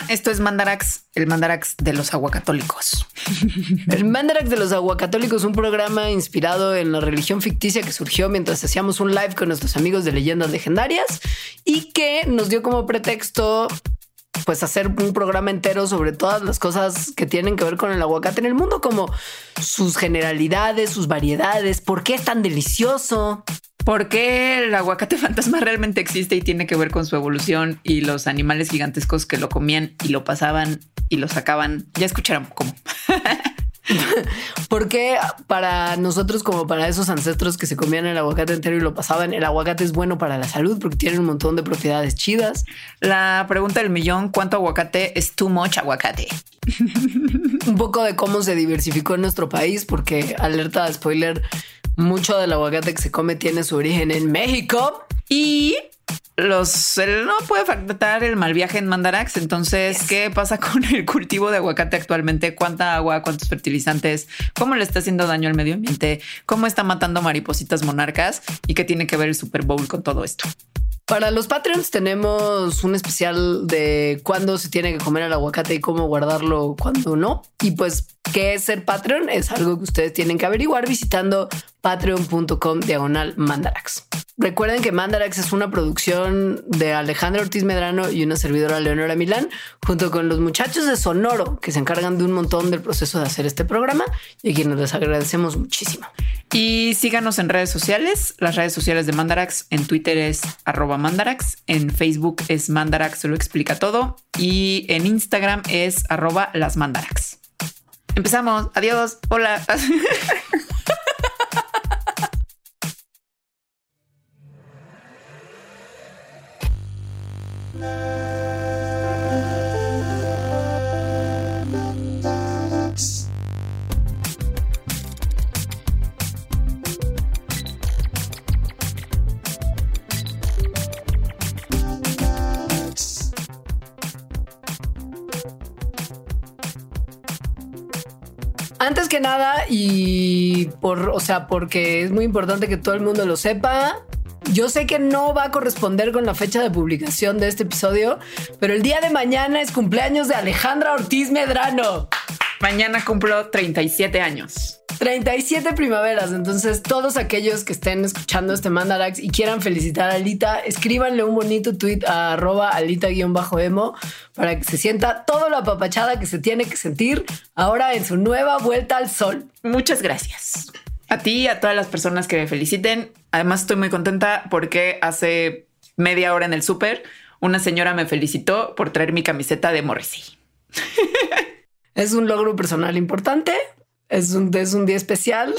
esto es Mandarax, el Mandarax de los aguacatólicos. El Mandarax de los aguacatólicos, un programa inspirado en la religión ficticia que surgió mientras hacíamos un live con nuestros amigos de Leyendas Legendarias y que nos dio como pretexto pues hacer un programa entero sobre todas las cosas que tienen que ver con el aguacate en el mundo, como sus generalidades, sus variedades, por qué es tan delicioso. ¿Por qué el aguacate fantasma realmente existe y tiene que ver con su evolución y los animales gigantescos que lo comían y lo pasaban y lo sacaban? Ya escucharon cómo. ¿Por qué para nosotros, como para esos ancestros que se comían el aguacate entero y lo pasaban, el aguacate es bueno para la salud porque tiene un montón de propiedades chidas? La pregunta del millón, ¿cuánto aguacate es too much aguacate? Un poco de cómo se diversificó en nuestro país, porque alerta de spoiler, mucho del aguacate que se come tiene su origen en México. Y no puede faltar el mal viaje en Mandarax. Entonces, ¿qué pasa con el cultivo de aguacate actualmente? ¿Cuánta agua? ¿Cuántos fertilizantes? ¿Cómo le está haciendo daño al medio ambiente? ¿Cómo está matando maripositas monarcas? ¿Y qué tiene que ver el Super Bowl con todo esto? Para los Patreons tenemos un especial de cuándo se tiene que comer el aguacate y cómo guardarlo cuando no. Y pues, ¿qué es ser Patreon? Es algo que ustedes tienen que averiguar visitando patreon.com/Mandarax. Recuerden que Mandarax es una producción de Alejandra Ortiz Medrano y una servidora Leonora Milán, junto con los muchachos de Sonoro, que se encargan de un montón del proceso de hacer este programa y a quienes les agradecemos muchísimo. Y síganos en redes sociales. Las redes sociales de Mandarax en Twitter es @Mandarax, en Facebook es Mandarax, se lo explica todo, y en Instagram es @LasMandarax. Empezamos. Adiós. Hola. Antes que nada, y porque es muy importante que todo el mundo lo sepa, yo sé que no va a corresponder con la fecha de publicación de este episodio, pero el día de mañana es cumpleaños de Alejandra Ortiz Medrano. Mañana cumplo 37 años. 37 primaveras. Entonces, todos aquellos que estén escuchando este Mandarax y quieran felicitar a Alita, escríbanle un bonito tweet a @Alita_emo para que se sienta todo lo apapachada que se tiene que sentir ahora en su nueva vuelta al sol. Muchas gracias a ti y a todas las personas que me feliciten. Además, estoy muy contenta porque hace media hora en el súper una señora me felicitó por traer mi camiseta de Morrissey. Es un logro personal importante. Es un día especial.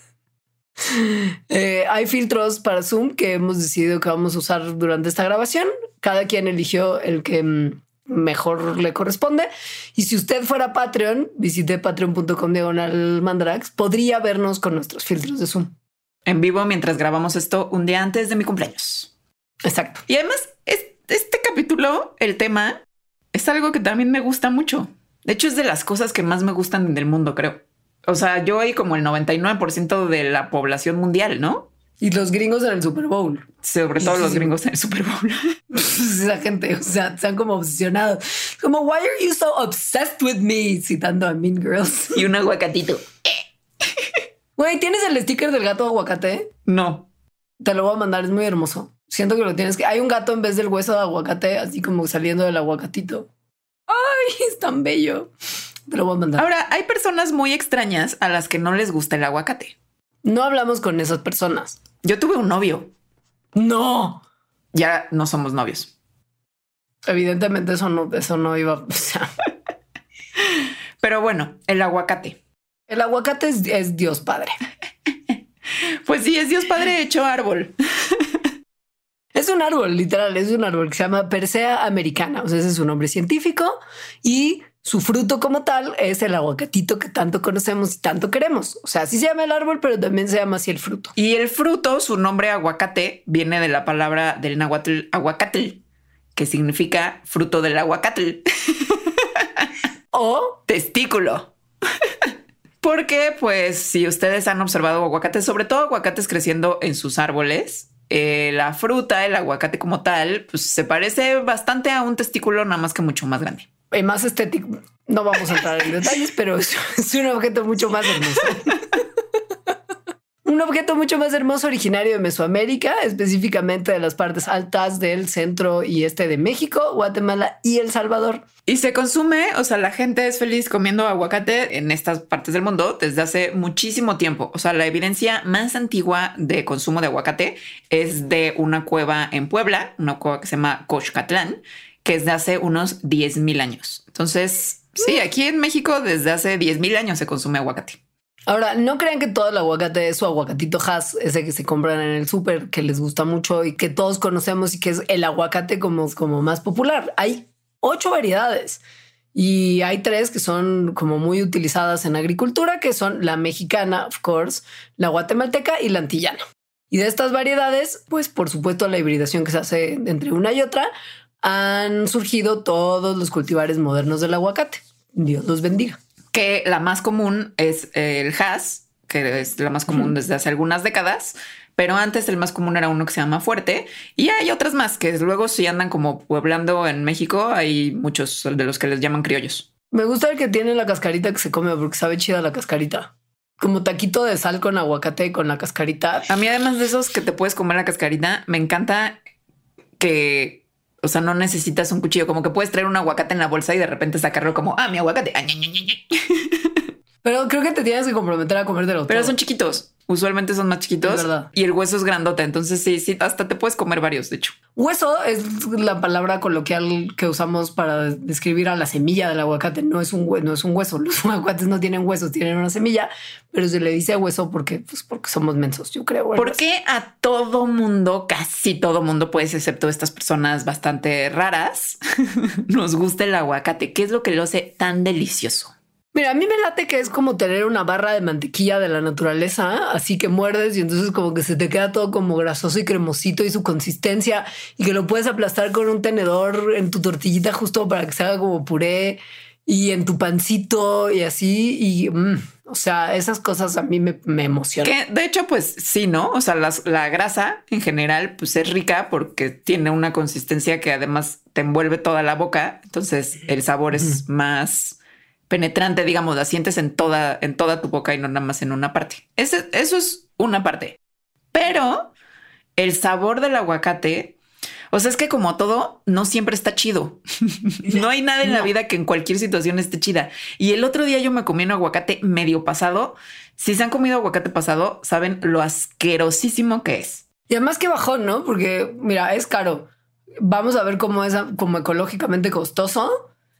Hay filtros para Zoom que hemos decidido que vamos a usar durante esta grabación. Cada quien eligió el que mejor le corresponde. Y si usted fuera Patreon, visite patreon.com/Mandarax. Podría vernos con nuestros filtros de Zoom en vivo mientras grabamos esto un día antes de mi cumpleaños. Exacto. Y además, este capítulo, el tema, es algo que también me gusta mucho. De hecho, es de las cosas que más me gustan del mundo, creo. O sea, yo y como el 99% de la población mundial, ¿no? Y los gringos en el Super Bowl. Sobre todo los gringos en el Super Bowl. Esa gente, o sea, están como obsesionados. Como, why are you so obsessed with me? Citando a Mean Girls. Y un aguacatito. Güey, ¿tienes el sticker del gato aguacate? No. Te lo voy a mandar, es muy hermoso. Siento que lo tienes que... Hay un gato en vez del hueso de aguacate, así como saliendo del aguacatito. Ay, es tan bello. Te lo voy a mandar. Ahora, hay personas muy extrañas a las que no les gusta el aguacate. No hablamos con esas personas. Yo tuve un novio. No. Ya no somos novios. Evidentemente eso no iba. O sea. Pero bueno, el aguacate. El aguacate es Dios Padre. Pues sí, es Dios Padre hecho árbol. Es un árbol, literal, es un árbol que se llama Persea americana. O sea, ese es su nombre científico y su fruto como tal es el aguacatito que tanto conocemos y tanto queremos. O sea, así se llama el árbol, pero también se llama así el fruto. Y el fruto, su nombre aguacate, viene de la palabra del náhuatl aguacatl, que significa fruto del aguacatl. O testículo. Porque, pues, si ustedes han observado aguacates, sobre todo aguacates creciendo en sus árboles, la fruta, el aguacate como tal, pues se parece bastante a un testículo, nada más que mucho más grande. más estético. No vamos a entrar en detalles, pero es un objeto mucho más hermoso. Un objeto mucho más hermoso originario de Mesoamérica, específicamente de las partes altas del centro y este de México, Guatemala y El Salvador. Y se consume, o sea, la gente es feliz comiendo aguacate en estas partes del mundo desde hace muchísimo tiempo. O sea, la evidencia más antigua de consumo de aguacate es de una cueva en Puebla, una cueva que se llama Coxcatlán, que es de hace unos 10,000 años. Entonces, sí, aquí en México desde hace 10,000 años se consume aguacate. Ahora, no crean que todo el aguacate es su aguacatito Hass, ese que se compran en el súper, que les gusta mucho y que todos conocemos y que es el aguacate como más popular. Hay 8 variedades y hay 3 que son como muy utilizadas en agricultura, que son la mexicana, of course, la guatemalteca y la antillana. Y de estas variedades, pues por supuesto la hibridación que se hace entre una y otra, han surgido todos los cultivares modernos del aguacate. Dios los bendiga. Que la más común es el Hass, que es la más común desde hace algunas décadas, pero antes el más común era uno que se llama Fuerte y hay otras más que luego si andan como pueblando en México. Hay muchos de los que les llaman criollos. Me gusta el que tiene la cascarita que se come porque sabe chida la cascarita. Como taquito de sal con aguacate con la cascarita. A mí, además de esos que te puedes comer la cascarita, me encanta que, o sea, no necesitas un cuchillo, como que puedes traer un aguacate en la bolsa y de repente sacarlo como, mi aguacate. Pero creo que te tienes que comprometer a comértelo. Pero todo. son chiquitos. Usualmente son más chiquitos. Es verdad. Y el hueso es grandote. Entonces sí, hasta te puedes comer varios, de hecho. Hueso es la palabra coloquial que usamos para describir a la semilla del aguacate. No es un hueso. Los aguacates no tienen huesos, tienen una semilla, pero se le dice hueso porque somos mensos, yo creo. Porque a todo mundo, casi todo mundo, pues, excepto estas personas bastante raras, nos gusta el aguacate. ¿Qué es lo que lo hace tan delicioso? Mira, a mí me late que es como tener una barra de mantequilla de la naturaleza, así que muerdes y entonces como que se te queda todo como grasoso y cremosito y su consistencia y que lo puedes aplastar con un tenedor en tu tortillita justo para que se haga como puré y en tu pancito y así. Y o sea, esas cosas a mí me emocionan. Que de hecho, pues sí, ¿no? O sea, la grasa en general pues es rica porque tiene una consistencia que además te envuelve toda la boca. Entonces el sabor es más penetrante, digamos, la sientes en toda tu boca y no nada más en una parte. Eso es una parte. Pero el sabor del aguacate, o sea, es que como todo, no siempre está chido. No hay nada en la vida que en cualquier situación esté chida. Y el otro día yo me comí un aguacate medio pasado. Si se han comido aguacate pasado, saben lo asquerosísimo que es. Y además que bajón, ¿no? Porque mira, es caro. Vamos a ver cómo es como ecológicamente costoso.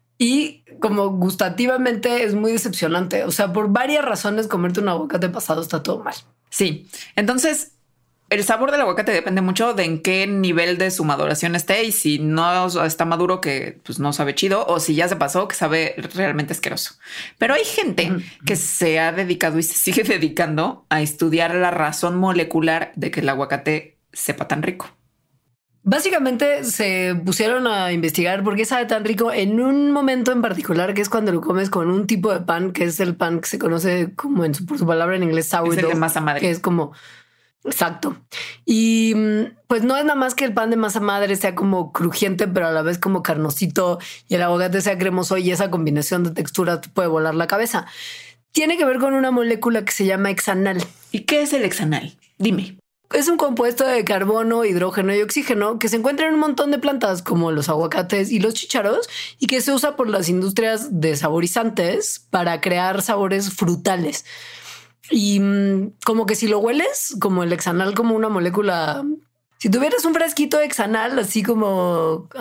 Y como gustativamente es muy decepcionante. O sea, por varias razones comerte un aguacate pasado está todo mal. Sí. Entonces, el sabor del aguacate depende mucho de en qué nivel de su maduración esté y si no está maduro que pues no sabe chido o si ya se pasó que sabe realmente asqueroso. Pero hay gente que se ha dedicado y se sigue dedicando a estudiar la razón molecular de que el aguacate sepa tan rico. Básicamente se pusieron a investigar por qué sabe tan rico en un momento en particular, que es cuando lo comes con un tipo de pan, que es el pan que se conoce como por su palabra en inglés sourdough, es el de masa madre, que es como exacto. Y pues no es nada más que el pan de masa madre sea como crujiente, pero a la vez como carnosito y el aguacate sea cremoso y esa combinación de textura te puede volar la cabeza. Tiene que ver con una molécula que se llama hexanal. ¿Y qué es el hexanal? Dime. Es un compuesto de carbono, hidrógeno y oxígeno que se encuentra en un montón de plantas como los aguacates y los chícharos y que se usa por las industrias de saborizantes para crear sabores frutales. Y como que si lo hueles, como el hexanal, como una molécula, si tuvieras un frasquito de hexanal, así como,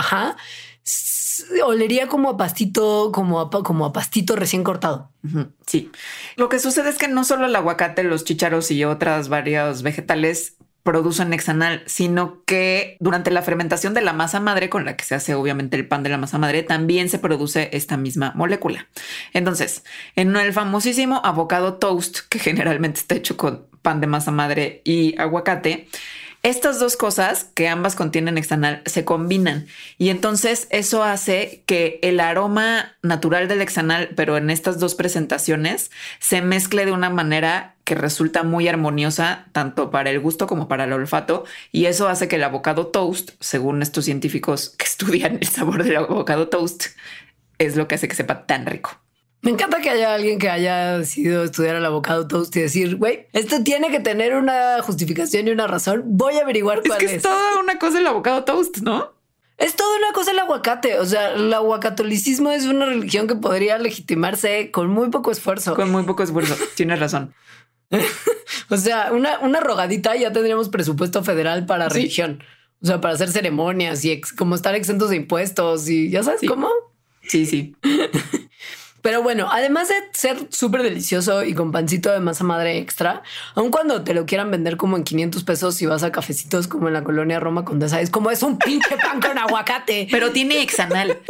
olería como a pastito, como a pastito recién cortado. Sí. Lo que sucede es que no solo el aguacate, los chícharos y otras varios vegetales producen hexanal, sino que durante la fermentación de la masa madre con la que se hace obviamente el pan de la masa madre, también se produce esta misma molécula. Entonces, en el famosísimo avocado toast, que generalmente está hecho con pan de masa madre y aguacate, estas dos cosas, que ambas contienen hexanal, se combinan y entonces eso hace que el aroma natural del hexanal, pero en estas dos presentaciones, se mezcle de una manera que resulta muy armoniosa tanto para el gusto como para el olfato y eso hace que el avocado toast, según estos científicos que estudian el sabor del avocado toast, es lo que hace que sepa tan rico. Me encanta que haya alguien que haya decidido estudiar el avocado toast y decir, güey, esto tiene que tener una justificación y una razón. Voy a averiguar cuál es. Es toda una cosa el avocado toast, ¿no? Es toda una cosa el aguacate. O sea, el aguacatolicismo es una religión que podría legitimarse con muy poco esfuerzo. Con muy poco esfuerzo. Tienes razón. O sea, una rogadita ya tendríamos presupuesto federal para religión. O sea, para hacer ceremonias y como estar exentos de impuestos y ya sabes cómo. Sí. Pero bueno, además de ser súper delicioso y con pancito de masa madre extra, aun cuando te lo quieran vender como en 500 pesos si vas a cafecitos como en la colonia Roma Condesa, es como es un pinche pan con aguacate. Pero tiene hexanal.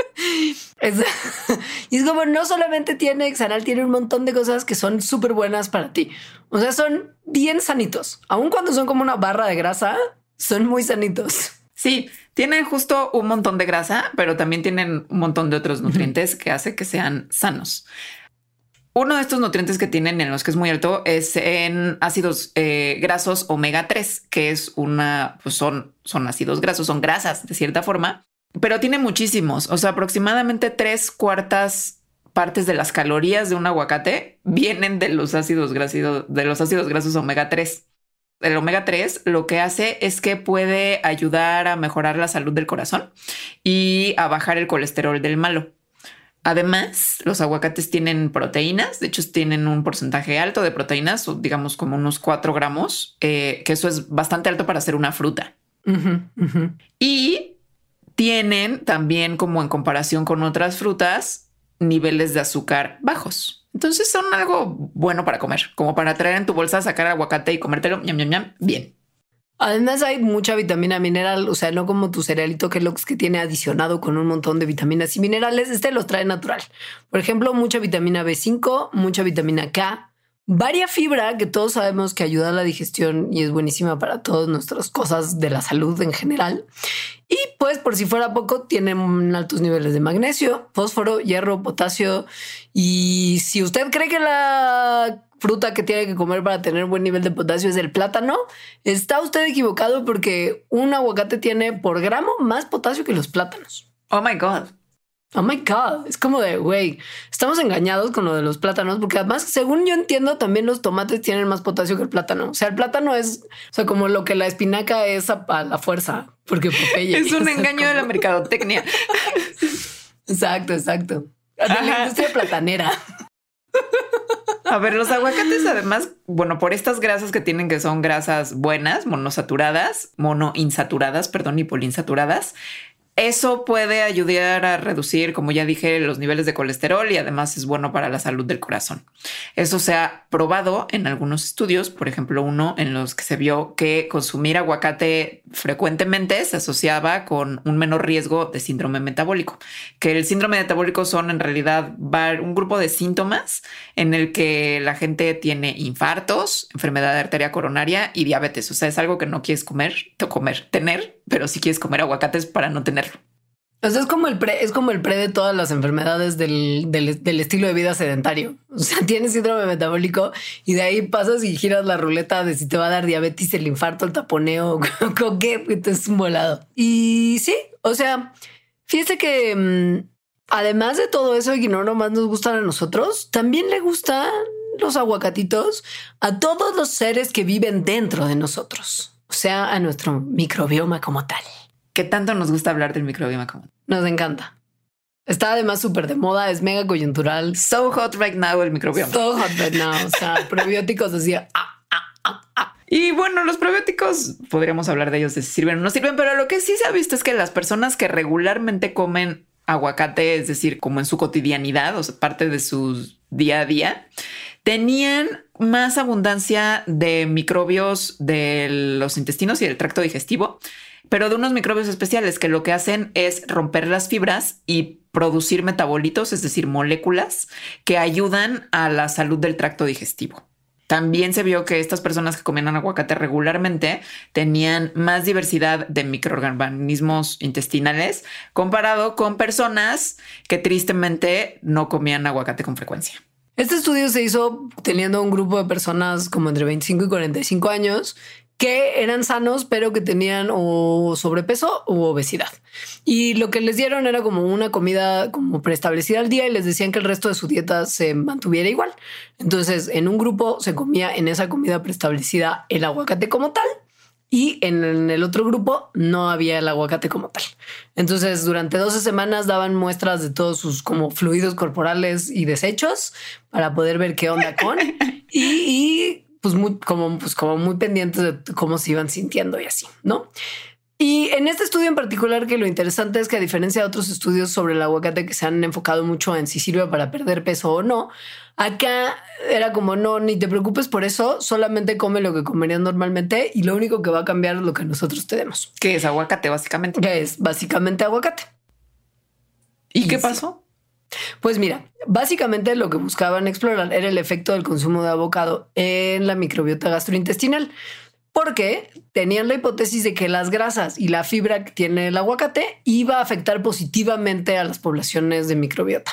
Y es como no solamente tiene hexanal, tiene un montón de cosas que son súper buenas para ti. O sea, son bien sanitos. Aun cuando son como una barra de grasa, son muy sanitos. Sí, tienen justo un montón de grasa, pero también tienen un montón de otros nutrientes que hace que sean sanos. Uno de estos nutrientes que tienen en los que es muy alto es en ácidos grasos omega 3, que es pues son ácidos grasos, son grasas de cierta forma, pero tiene muchísimos. O sea, aproximadamente 3/4 partes de las calorías de un aguacate vienen de los ácidos grasos omega 3. El omega 3 lo que hace es que puede ayudar a mejorar la salud del corazón y a bajar el colesterol del malo. Además, los aguacates tienen proteínas. De hecho, tienen un porcentaje alto de proteínas, o digamos como unos 4 gramos, que eso es bastante alto para ser una fruta. Y tienen también, como en comparación con otras frutas, niveles de azúcar bajos. Entonces son algo bueno para comer, como para traer en tu bolsa, sacar aguacate y comértelo, ñam, ñam, ñam, bien. Además hay mucha vitamina mineral, o sea, no como tu cerealito Kellogg's que tiene adicionado con un montón de vitaminas y minerales, los trae natural. Por ejemplo, mucha vitamina B5, mucha vitamina K, varia fibra que todos sabemos que ayuda a la digestión y es buenísima para todas nuestras cosas de la salud en general. Y pues por si fuera poco, tienen altos niveles de magnesio, fósforo, hierro, potasio. Y si usted cree que la fruta que tiene que comer para tener buen nivel de potasio es el plátano, está usted equivocado porque un aguacate tiene por gramo más potasio que los plátanos. Oh my God. Oh my God. Es como de, güey, estamos engañados con lo de los plátanos, porque además, según yo entiendo, también los tomates tienen más potasio que el plátano. O sea, el plátano es, o sea, como lo que la espinaca es a la fuerza, porque Popeye es un engaño de la mercadotecnia. Exacto. De la industria platanera. A ver, los aguacates, además, bueno, por estas grasas que tienen, que son grasas buenas, monoinsaturadas, y poliinsaturadas, eso puede ayudar a reducir, como ya dije, los niveles de colesterol y además es bueno para la salud del corazón. Eso se ha probado en algunos estudios, por ejemplo, uno en los que se vio que consumir aguacate frecuentemente se asociaba con un menor riesgo de síndrome metabólico, que el síndrome metabólico son en realidad un grupo de síntomas en el que la gente tiene infartos, enfermedad de arteria coronaria y diabetes. O sea, es algo que no quieres tener, pero sí quieres comer aguacates para no tenerlo. O sea, es como el pre de todas las enfermedades del estilo de vida sedentario. O sea, tienes síndrome metabólico y de ahí pasas y giras la ruleta de si te va a dar diabetes, el infarto, el taponeo, con qué te es un volado. Y sí, o sea, fíjese que además de todo eso y que no nomás nos gustan a nosotros, también le gustan los aguacatitos a todos los seres que viven dentro de nosotros. O sea, a nuestro microbioma como tal. ¿Qué tanto nos gusta hablar del microbioma común? Nos encanta. Está además súper de moda, es mega coyuntural. So hot right now el microbioma. So hot right now. O sea, probióticos así. Y bueno, los probióticos podríamos hablar de ellos de si sirven o no sirven, pero lo que sí se ha visto es que las personas que regularmente comen aguacate, es decir, como en su cotidianidad, o sea, parte de su día a día, tenían más abundancia de microbios de los intestinos y del tracto digestivo, pero de unos microbios especiales que lo que hacen es romper las fibras y producir metabolitos, es decir, moléculas que ayudan a la salud del tracto digestivo. También se vio que estas personas que comían aguacate regularmente tenían más diversidad de microorganismos intestinales comparado con personas que tristemente no comían aguacate con frecuencia. Este estudio se hizo teniendo un grupo de personas como entre 25 y 45 años que eran sanos, pero que tenían o sobrepeso u obesidad. Y lo que les dieron era como una comida como preestablecida al día y les decían que el resto de su dieta se mantuviera igual. Entonces, en un grupo se comía en esa comida preestablecida el aguacate como tal y en el otro grupo no había el aguacate como tal. Entonces, durante 12 semanas daban muestras de todos sus como fluidos corporales y desechos para poder ver qué onda con y pues como muy pendientes de cómo se iban sintiendo y así, ¿no? Y en este estudio en particular, que lo interesante es que a diferencia de otros estudios sobre el aguacate que se han enfocado mucho en si sirve para perder peso o no, acá era como no, ni te preocupes por eso, solamente come lo que comerías normalmente y lo único que va a cambiar es lo que nosotros te demos. Que es aguacate, básicamente. Que es básicamente aguacate. ¿Y qué pasó? Pues mira, básicamente lo que buscaban explorar era el efecto del consumo de avocado en la microbiota gastrointestinal, porque tenían la hipótesis de que las grasas y la fibra que tiene el aguacate iba a afectar positivamente a las poblaciones de microbiota.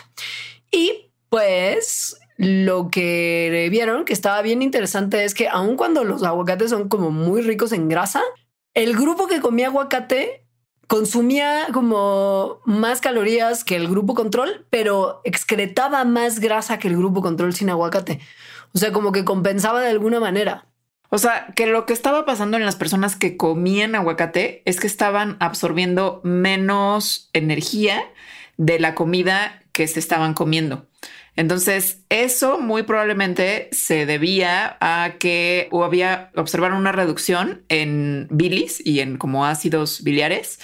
Y pues lo que vieron que estaba bien interesante es que aun cuando los aguacates son como muy ricos en grasa, el grupo que comía aguacate consumía como más calorías que el grupo control, pero excretaba más grasa que el grupo control sin aguacate. O sea, como que compensaba de alguna manera. O sea, que lo que estaba pasando en las personas que comían aguacate es que estaban absorbiendo menos energía de la comida que se estaban comiendo. Entonces, eso muy probablemente se debía a que observaron una reducción en bilis y en como ácidos biliares,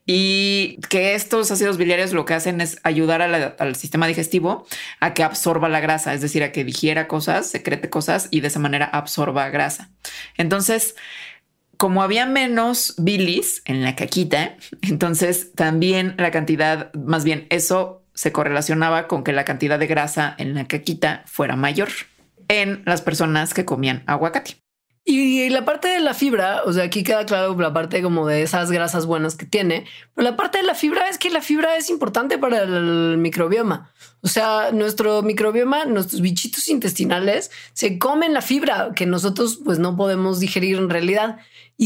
y que estos ácidos biliares lo que hacen es ayudar al sistema digestivo a que absorba la grasa, es decir, a que digiera cosas, secrete cosas y de esa manera absorba grasa. Entonces, como había menos bilis en la caquita, entonces también la cantidad, más bien eso se correlacionaba con que la cantidad de grasa en la caquita fuera mayor en las personas que comían aguacate. Y la parte de la fibra, o sea, aquí queda claro la parte como de esas grasas buenas que tiene, pero la parte de la fibra es que la fibra es importante para el microbioma. O sea, nuestro microbioma, nuestros bichitos intestinales se comen la fibra que nosotros pues no podemos digerir en realidad.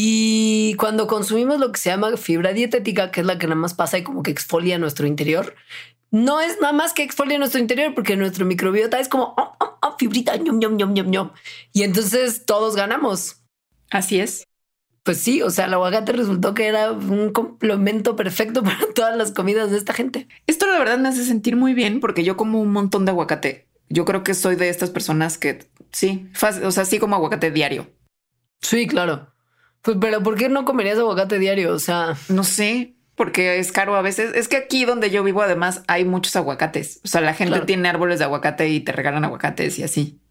Y cuando consumimos lo que se llama fibra dietética, que es la que nada más pasa y como que exfolia nuestro interior, no es nada más que exfolia nuestro interior, porque nuestro microbiota es como fibrita, ñom, ñom, ñom, ñom, ñom. Y entonces todos ganamos. Así es. Pues sí, o sea, el aguacate resultó que era un complemento perfecto para todas las comidas de esta gente. Esto la verdad me hace sentir muy bien porque yo como un montón de aguacate. Yo creo que soy de estas personas que sí, o sea, sí como aguacate diario. Sí, claro. Pues, pero ¿por qué no comerías aguacate diario? O sea, no sé, porque es caro a veces. Es que aquí donde yo vivo, además, hay muchos aguacates. O sea, la gente tiene árboles de aguacate y te regalan aguacates y así.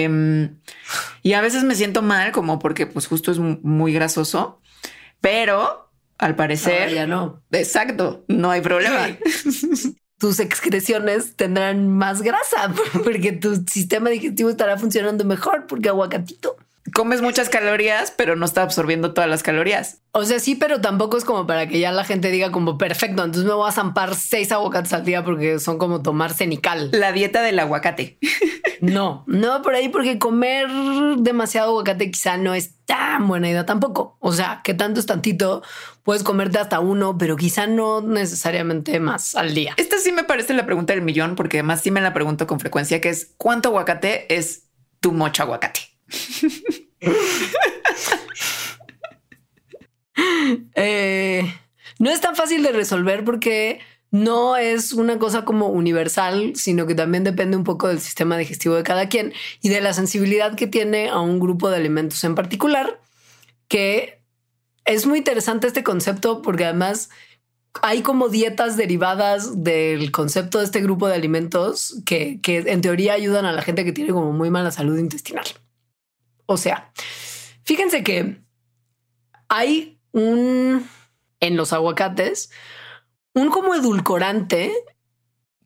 Y a veces me siento mal, como porque pues justo es muy grasoso, pero al parecer ya no. Exacto, no hay problema. Tus excreciones tendrán más grasa porque tu sistema digestivo estará funcionando mejor porque aguacatito. Comes muchas calorías, pero no está absorbiendo todas las calorías. O sea, sí, pero tampoco es como para que ya la gente diga como perfecto, entonces me voy a zampar 6 aguacates al día porque son como tomar cenical. La dieta del aguacate. No por ahí, porque comer demasiado aguacate quizá no es tan buena idea tampoco. O sea, que tanto es tantito, puedes comerte hasta uno, pero quizá no necesariamente más al día. Esta sí me parece la pregunta del millón, porque además sí me la pregunto con frecuencia, que es ¿cuánto aguacate es too much aguacate? No es tan fácil de resolver porque no es una cosa como universal, sino que también depende un poco del sistema digestivo de cada quien y de la sensibilidad que tiene a un grupo de alimentos en particular, que es muy interesante este concepto porque además hay como dietas derivadas del concepto de este grupo de alimentos que en teoría ayudan a la gente que tiene como muy mala salud intestinal. O sea, fíjense que hay en los aguacates, un como edulcorante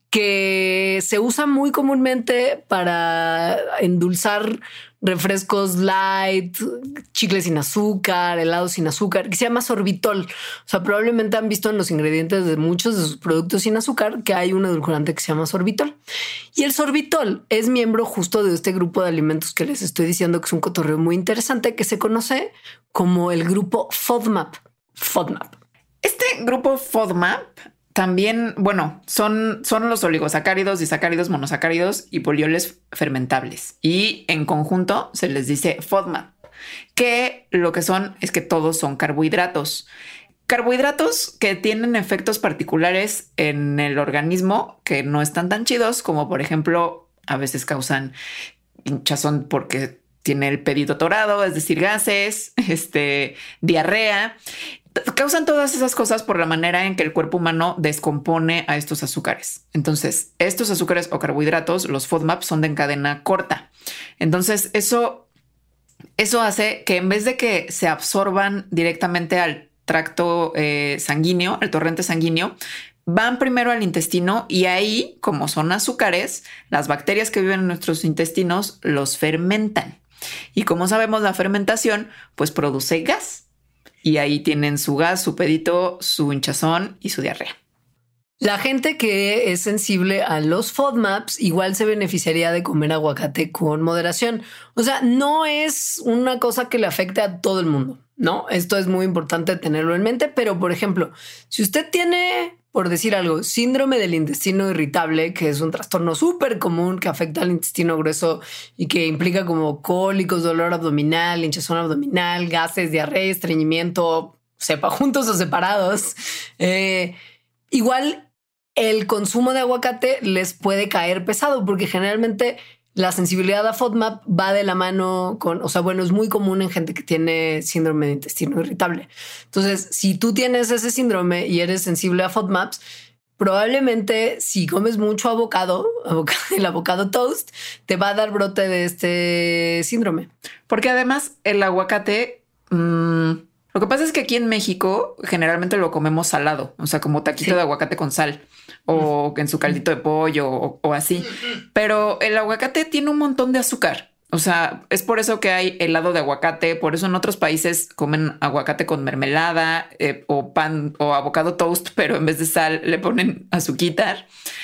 que se usa muy comúnmente para endulzar refrescos light, chicles sin azúcar, helados sin azúcar, que se llama sorbitol. O sea, probablemente han visto en los ingredientes de muchos de sus productos sin azúcar que hay un edulcorante que se llama sorbitol. Y el sorbitol es miembro justo de este grupo de alimentos que les estoy diciendo, que es un cotorreo muy interesante, que se conoce como el grupo FODMAP. FODMAP. Este grupo FODMAP también, bueno, son los oligosacáridos, disacáridos, monosacáridos y polioles fermentables. Y en conjunto se les dice FODMAP, que lo que son es que todos son carbohidratos. Carbohidratos que tienen efectos particulares en el organismo que no están tan chidos, como por ejemplo, a veces causan hinchazón porque tiene el pedito atorado, es decir, gases, diarrea. Causan todas esas cosas por la manera en que el cuerpo humano descompone a estos azúcares. Entonces, estos azúcares o carbohidratos, los FODMAP, son de cadena corta. Entonces, eso hace que en vez de que se absorban directamente al tracto sanguíneo, al torrente sanguíneo, van primero al intestino y ahí, como son azúcares, las bacterias que viven en nuestros intestinos los fermentan. Y como sabemos, la fermentación pues produce gas. Y ahí tienen su gas, su pedito, su hinchazón y su diarrea. La gente que es sensible a los FODMAPs igual se beneficiaría de comer aguacate con moderación. O sea, no es una cosa que le afecte a todo el mundo, ¿no? Esto es muy importante tenerlo en mente, pero por ejemplo, si usted tiene, por decir algo, síndrome del intestino irritable, que es un trastorno súper común que afecta al intestino grueso y que implica como cólicos, dolor abdominal, hinchazón abdominal, gases, diarrea, estreñimiento, sepa juntos o separados, igual el consumo de aguacate les puede caer pesado porque generalmente la sensibilidad a FODMAP va de la mano con, o sea, bueno, es muy común en gente que tiene síndrome de intestino irritable. Entonces, si tú tienes ese síndrome y eres sensible a FODMAPs, probablemente si comes mucho el avocado toast, te va a dar brote de este síndrome. Porque además el aguacate, lo que pasa es que aquí en México generalmente lo comemos salado, o sea, como taquito de aguacate con sal o en su caldito de pollo o así. Pero el aguacate tiene un montón de azúcar. O sea, es por eso que hay helado de aguacate. Por eso en otros países comen aguacate con mermelada o pan o avocado toast, pero en vez de sal le ponen azuquitar.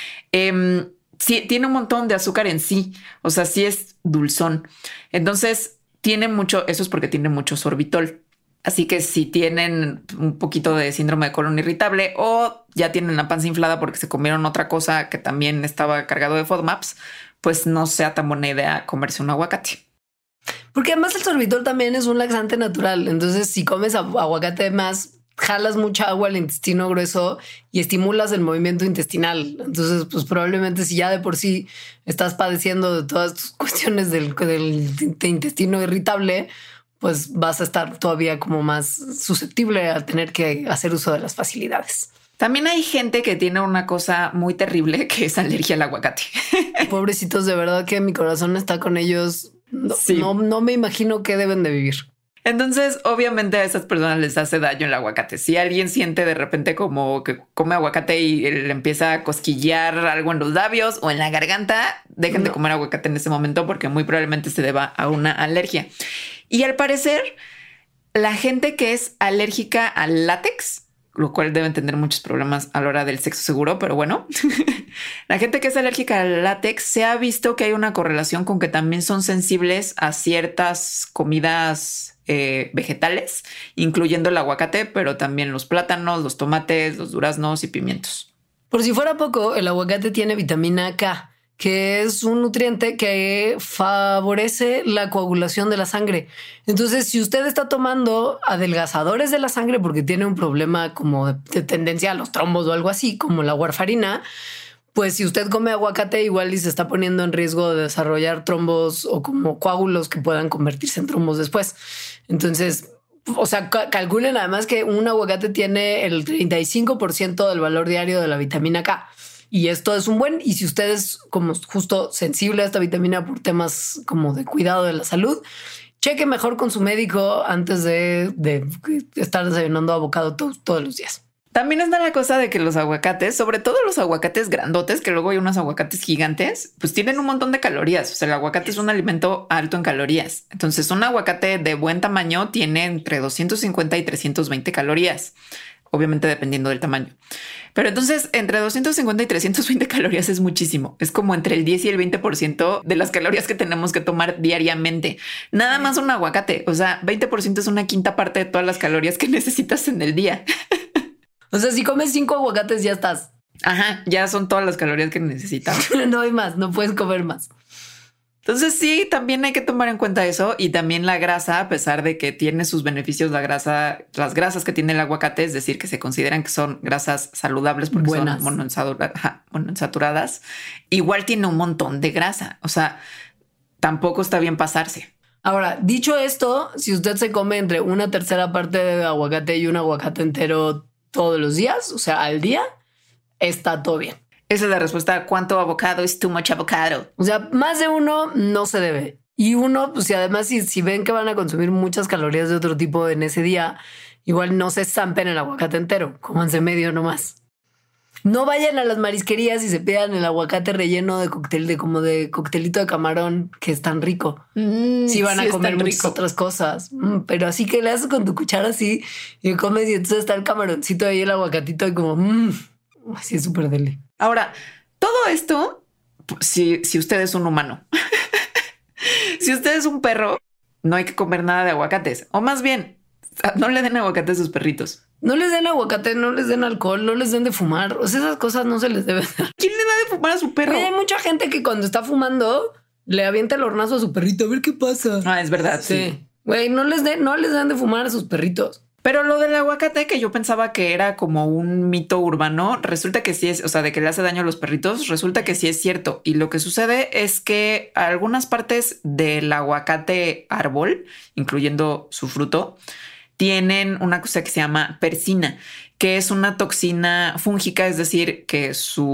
Sí, tiene un montón de azúcar en sí. O sea, sí es dulzón. Entonces tiene mucho, eso es porque tiene mucho sorbitol. Así que si tienen un poquito de síndrome de colon irritable o ya tienen la panza inflada porque se comieron otra cosa que también estaba cargado de FODMAPs, pues no sea tan buena idea comerse un aguacate. Porque además el sorbitol también es un laxante natural. Entonces, si comes aguacate más, jalas mucha agua al intestino grueso y estimulas el movimiento intestinal. Entonces, pues probablemente si ya de por sí estás padeciendo de todas tus cuestiones del intestino irritable, pues vas a estar todavía como más susceptible a tener que hacer uso de las facilidades. También hay gente que tiene una cosa muy terrible que es alergia al aguacate. Pobrecitos, de verdad que mi corazón está con ellos. No me imagino qué deben de vivir. Entonces, obviamente a esas personas les hace daño el aguacate. Si alguien siente de repente como que come aguacate y le empieza a cosquillear algo en los labios o en la garganta, dejen de comer aguacate en ese momento porque muy probablemente se deba a una alergia. Y al parecer, la gente que es alérgica al látex, lo cual deben tener muchos problemas a la hora del sexo seguro, pero bueno, la gente que es alérgica al látex se ha visto que hay una correlación con que también son sensibles a ciertas comidas vegetales, incluyendo el aguacate, pero también los plátanos, los tomates, los duraznos y pimientos. Por si fuera poco, el aguacate tiene vitamina K, que es un nutriente que favorece la coagulación de la sangre. Entonces, si usted está tomando adelgazadores de la sangre porque tiene un problema como de tendencia a los trombos o algo así, como la warfarina, pues si usted come aguacate igual y se está poniendo en riesgo de desarrollar trombos o como coágulos que puedan convertirse en trombos después. Entonces, o sea, calculen además que un aguacate tiene el 35% del valor diario de la vitamina K. Y esto es un buen, y si usted es como justo sensible a esta vitamina por temas como de cuidado de la salud, cheque mejor con su médico antes de estar desayunando avocado todos los días. También está la cosa de que los aguacates, sobre todo los aguacates grandotes, que luego hay unos aguacates gigantes, pues tienen un montón de calorías. O sea, el aguacate es un alimento alto en calorías. Entonces, un aguacate de buen tamaño tiene entre 250 y 320 calorías, obviamente dependiendo del tamaño. Pero entonces, entre 250 y 320 calorías es muchísimo. Es como entre el 10 y el 20% de las calorías que tenemos que tomar diariamente. Nada más un aguacate. O sea, 20% es una quinta parte de todas las calorías que necesitas en el día. O sea, si comes 5 aguacates ya estás. Ajá, ya son todas las calorías que necesitamos. No hay más, no puedes comer más. Entonces sí, también hay que tomar en cuenta eso y también la grasa, a pesar de que tiene sus beneficios la grasa, las grasas que tiene el aguacate, es decir, que se consideran que son grasas saludables porque buenas, son monoinsaturadas, igual tiene un montón de grasa. O sea, tampoco está bien pasarse. Ahora, dicho esto, si usted se come entre una tercera parte de aguacate y un aguacate entero todos los días, o sea, al día, está todo bien. Esa es la respuesta. ¿Cuánto avocado es too much avocado? O sea, más de uno no se debe. Y uno, pues, y además, si ven que van a consumir muchas calorías de otro tipo en ese día, igual no se zampen el aguacate entero, cómanse medio nomás. No vayan a las marisquerías y se pidan el aguacate relleno de cóctel, de coctelito de camarón, que es tan rico. Sí van a comer muchas otras cosas. Pero así que le haces con tu cuchara así y comes y entonces está el camaroncito ahí, el aguacatito y como... así es súper deli. Ahora, todo esto, si usted es un humano, si usted es un perro, no hay que comer nada de aguacates. O más bien, no le den aguacate a sus perritos. No les den aguacate, no les den alcohol, no les den de fumar. O sea, esas cosas no se les deben dar. ¿Quién le da de fumar a su perro? Oye, hay mucha gente que cuando está fumando le avienta el hornazo a su perrito a ver qué pasa. Ah, es verdad. Sí. Güey, no les den de fumar a sus perritos. Pero lo del aguacate, que yo pensaba que era como un mito urbano, resulta que sí es, o sea, de que le hace daño a los perritos, resulta que sí es cierto. Y lo que sucede es que algunas partes del aguacate árbol, incluyendo su fruto, tienen una cosa que se llama persina, que es una toxina fúngica, es decir, que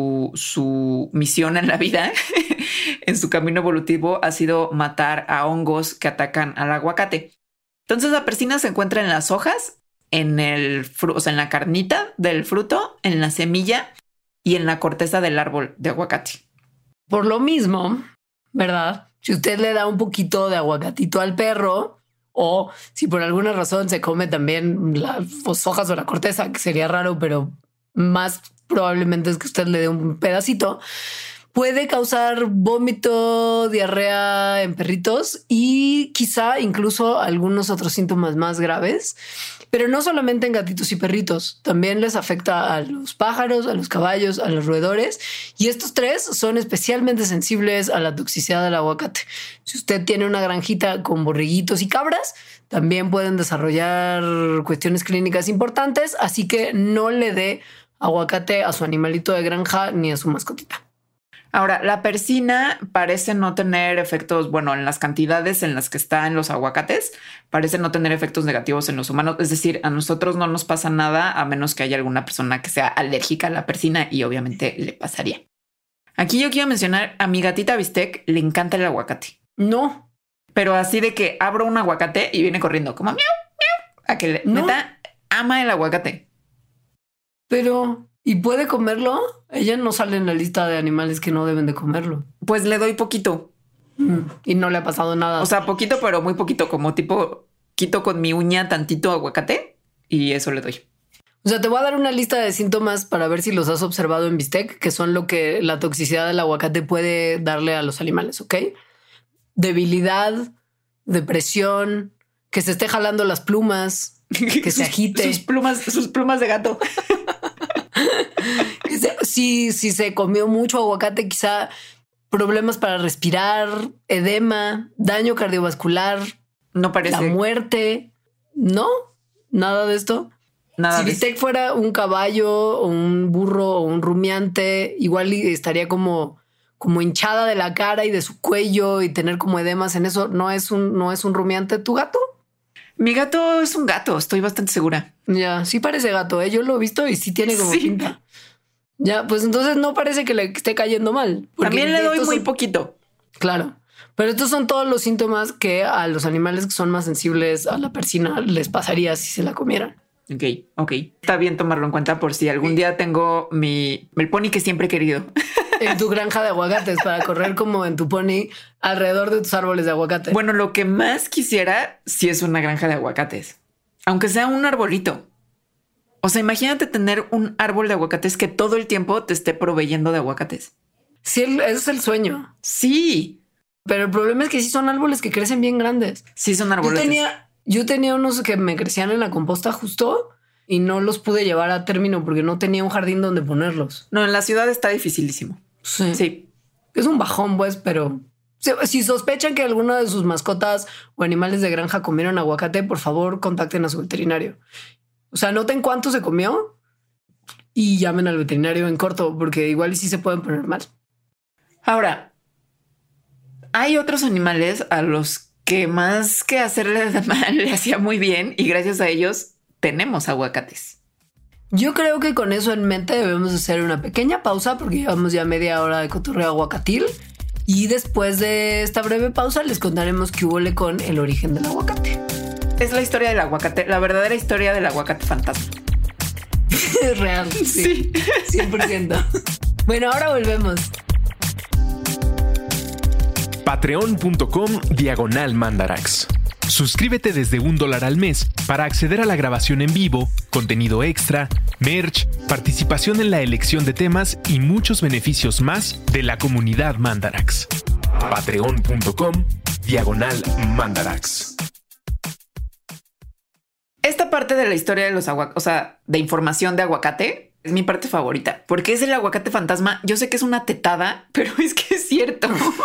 su misión en la vida, en su camino evolutivo, ha sido matar a hongos que atacan al aguacate. Entonces la persina se encuentra en las hojas, en el fruto, o sea, en la carnita del fruto, en la semilla y en la corteza del árbol de aguacate. Por lo mismo, ¿verdad? Si usted le da un poquito de aguacatito al perro, o si por alguna razón se come también las hojas o la corteza, que sería raro, pero más probablemente es que usted le dé un pedacito, puede causar vómito, diarrea en perritos y quizá incluso algunos otros síntomas más graves. Pero no solamente en gatitos y perritos, también les afecta a los pájaros, a los caballos, a los roedores. Y estos tres son especialmente sensibles a la toxicidad del aguacate. Si usted tiene una granjita con borreguitos y cabras, también pueden desarrollar cuestiones clínicas importantes. Así que no le dé aguacate a su animalito de granja ni a su mascotita. Ahora, la persina parece no tener efectos, bueno, en las cantidades en las que está en los aguacates, parece no tener efectos negativos en los humanos. Es decir, a nosotros no nos pasa nada a menos que haya alguna persona que sea alérgica a la persina y obviamente le pasaría. Aquí yo quiero mencionar a mi gatita Bistec, le encanta el aguacate. No. Pero así de que abro un aguacate y viene corriendo como miau, miau, a que neta ama el aguacate. Pero... ¿y puede comerlo? Ella no sale en la lista de animales que no deben de comerlo. Pues le doy poquito. Y no le ha pasado nada. O sea, poquito, pero muy poquito, como tipo quito con mi uña tantito aguacate y eso le doy. O sea, te voy a dar una lista de síntomas para ver si los has observado en Bistec, que son lo que la toxicidad del aguacate puede darle a los animales, ¿ok? Debilidad, depresión, que se esté jalando las plumas, que se agite. Sus plumas de gato. Si se comió mucho aguacate, quizá problemas para respirar, edema, daño cardiovascular, no parece. La muerte. No, nada de esto. Nada. Si Bistec fuera un caballo o un burro o un rumiante, igual estaría como hinchada de la cara y de su cuello y tener como edemas en eso. No es un rumiante tu gato. Mi gato es un gato, estoy bastante segura. Ya, sí parece gato, ¿eh? Yo lo he visto y sí tiene como pinta. Ya, pues entonces no parece que le esté cayendo mal. También le doy muy poquito. Claro, pero estos son todos los síntomas que a los animales que son más sensibles a la persina les pasaría si se la comieran. Ok. Está bien tomarlo en cuenta por si algún día tengo el pony que siempre he querido. En tu granja de aguacates para correr como en tu pony alrededor de tus árboles de aguacate. Bueno, lo que más quisiera sí es una granja de aguacates, aunque sea un arbolito. O sea, imagínate tener un árbol de aguacates que todo el tiempo te esté proveyendo de aguacates. Sí, ese es el sueño. Sí. Pero el problema es que sí son árboles que crecen bien grandes. Sí, son árboles. Yo tenía unos que me crecían en la composta justo y no los pude llevar a término porque no tenía un jardín donde ponerlos. No, en la ciudad está dificilísimo. Sí. Es un bajón, pues, pero si sospechan que alguna de sus mascotas o animales de granja comieron aguacate, por favor, contacten a su veterinario. O sea, noten cuánto se comió y llamen al veterinario en corto, porque igual sí se pueden poner mal. Ahora, hay otros animales a los que más que hacerle mal le hacía muy bien y gracias a ellos tenemos aguacates. Yo creo que con eso en mente debemos hacer una pequeña pausa porque llevamos ya media hora de cotorreo aguacatil y después de esta breve pausa les contaremos qué hubo con el origen del aguacate. Es la historia del aguacate, la verdadera historia del aguacate fantasma. Es real, sí. 100%. Bueno, ahora volvemos. Patreon.com/Mandarax. Suscríbete desde $1 al mes para acceder a la grabación en vivo, contenido extra, merch, participación en la elección de temas y muchos beneficios más de la comunidad Mandarax. Patreon.com/Mandarax. Esta parte de la historia de los aguacates, o sea, de información de aguacate, es mi parte favorita, porque es el aguacate fantasma. Yo sé que es una tetada, pero es que es cierto.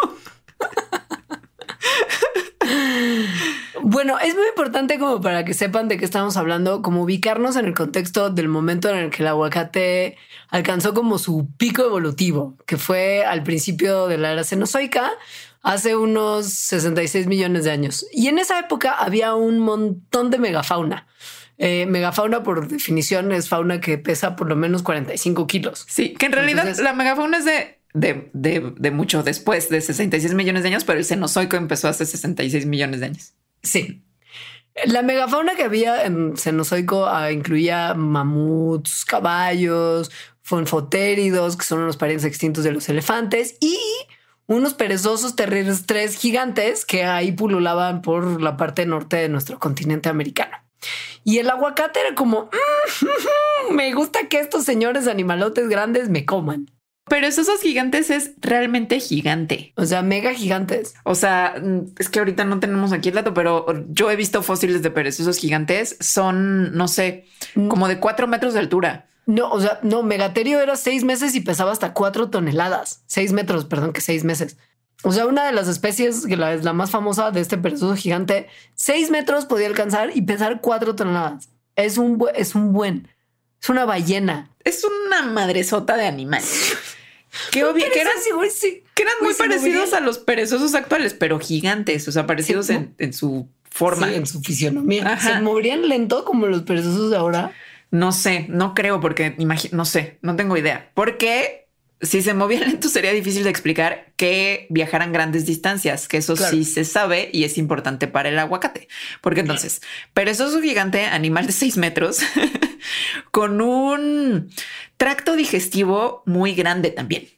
Bueno, es muy importante como para que sepan de qué estamos hablando, como ubicarnos en el contexto del momento en el que el aguacate alcanzó como su pico evolutivo, que fue al principio de la era Cenozoica, hace unos 66 millones de años. Y en esa época había un montón de megafauna. Megafauna, por definición, es fauna que pesa por lo menos 45 kilos. Sí, que en realidad entonces, la megafauna es de mucho después de 66 millones de años, pero el Cenozoico empezó hace 66 millones de años. Sí. La megafauna que había en Cenozoico incluía mamuts, caballos, fonfotéridos, que son unos parientes extintos de los elefantes, y unos perezosos terrestres gigantes que ahí pululaban por la parte norte de nuestro continente americano. Y el aguacate era como, me gusta que estos señores animalotes grandes me coman. Pero esos gigantes es realmente gigante. O sea, mega gigantes. O sea, es que ahorita no tenemos aquí el dato, pero yo he visto fósiles de perezosos gigantes. Son, no sé, como de 4 metros de altura. No, o sea, no, Megaterio era 6 meses y pesaba hasta 4 toneladas. 6 metros, perdón, que 6 meses. O sea, una de las especies que es la más famosa de este perezoso gigante, 6 metros podía alcanzar y pesar 4 toneladas. Es una ballena. Es una madresota de animal. Que eran muy parecidos a los perezosos actuales, pero gigantes, o sea, parecidos en su forma. Sí, en su fisionomía. Ajá. ¿Se moverían lento como los perezosos de ahora? No sé, no creo, porque no sé, no tengo idea. Porque si se movían lento sería difícil de explicar que viajaran grandes distancias, que eso sí se sabe y es importante para el aguacate. Porque entonces, perezoso gigante, animal de 6 metros, con un tracto digestivo muy grande también.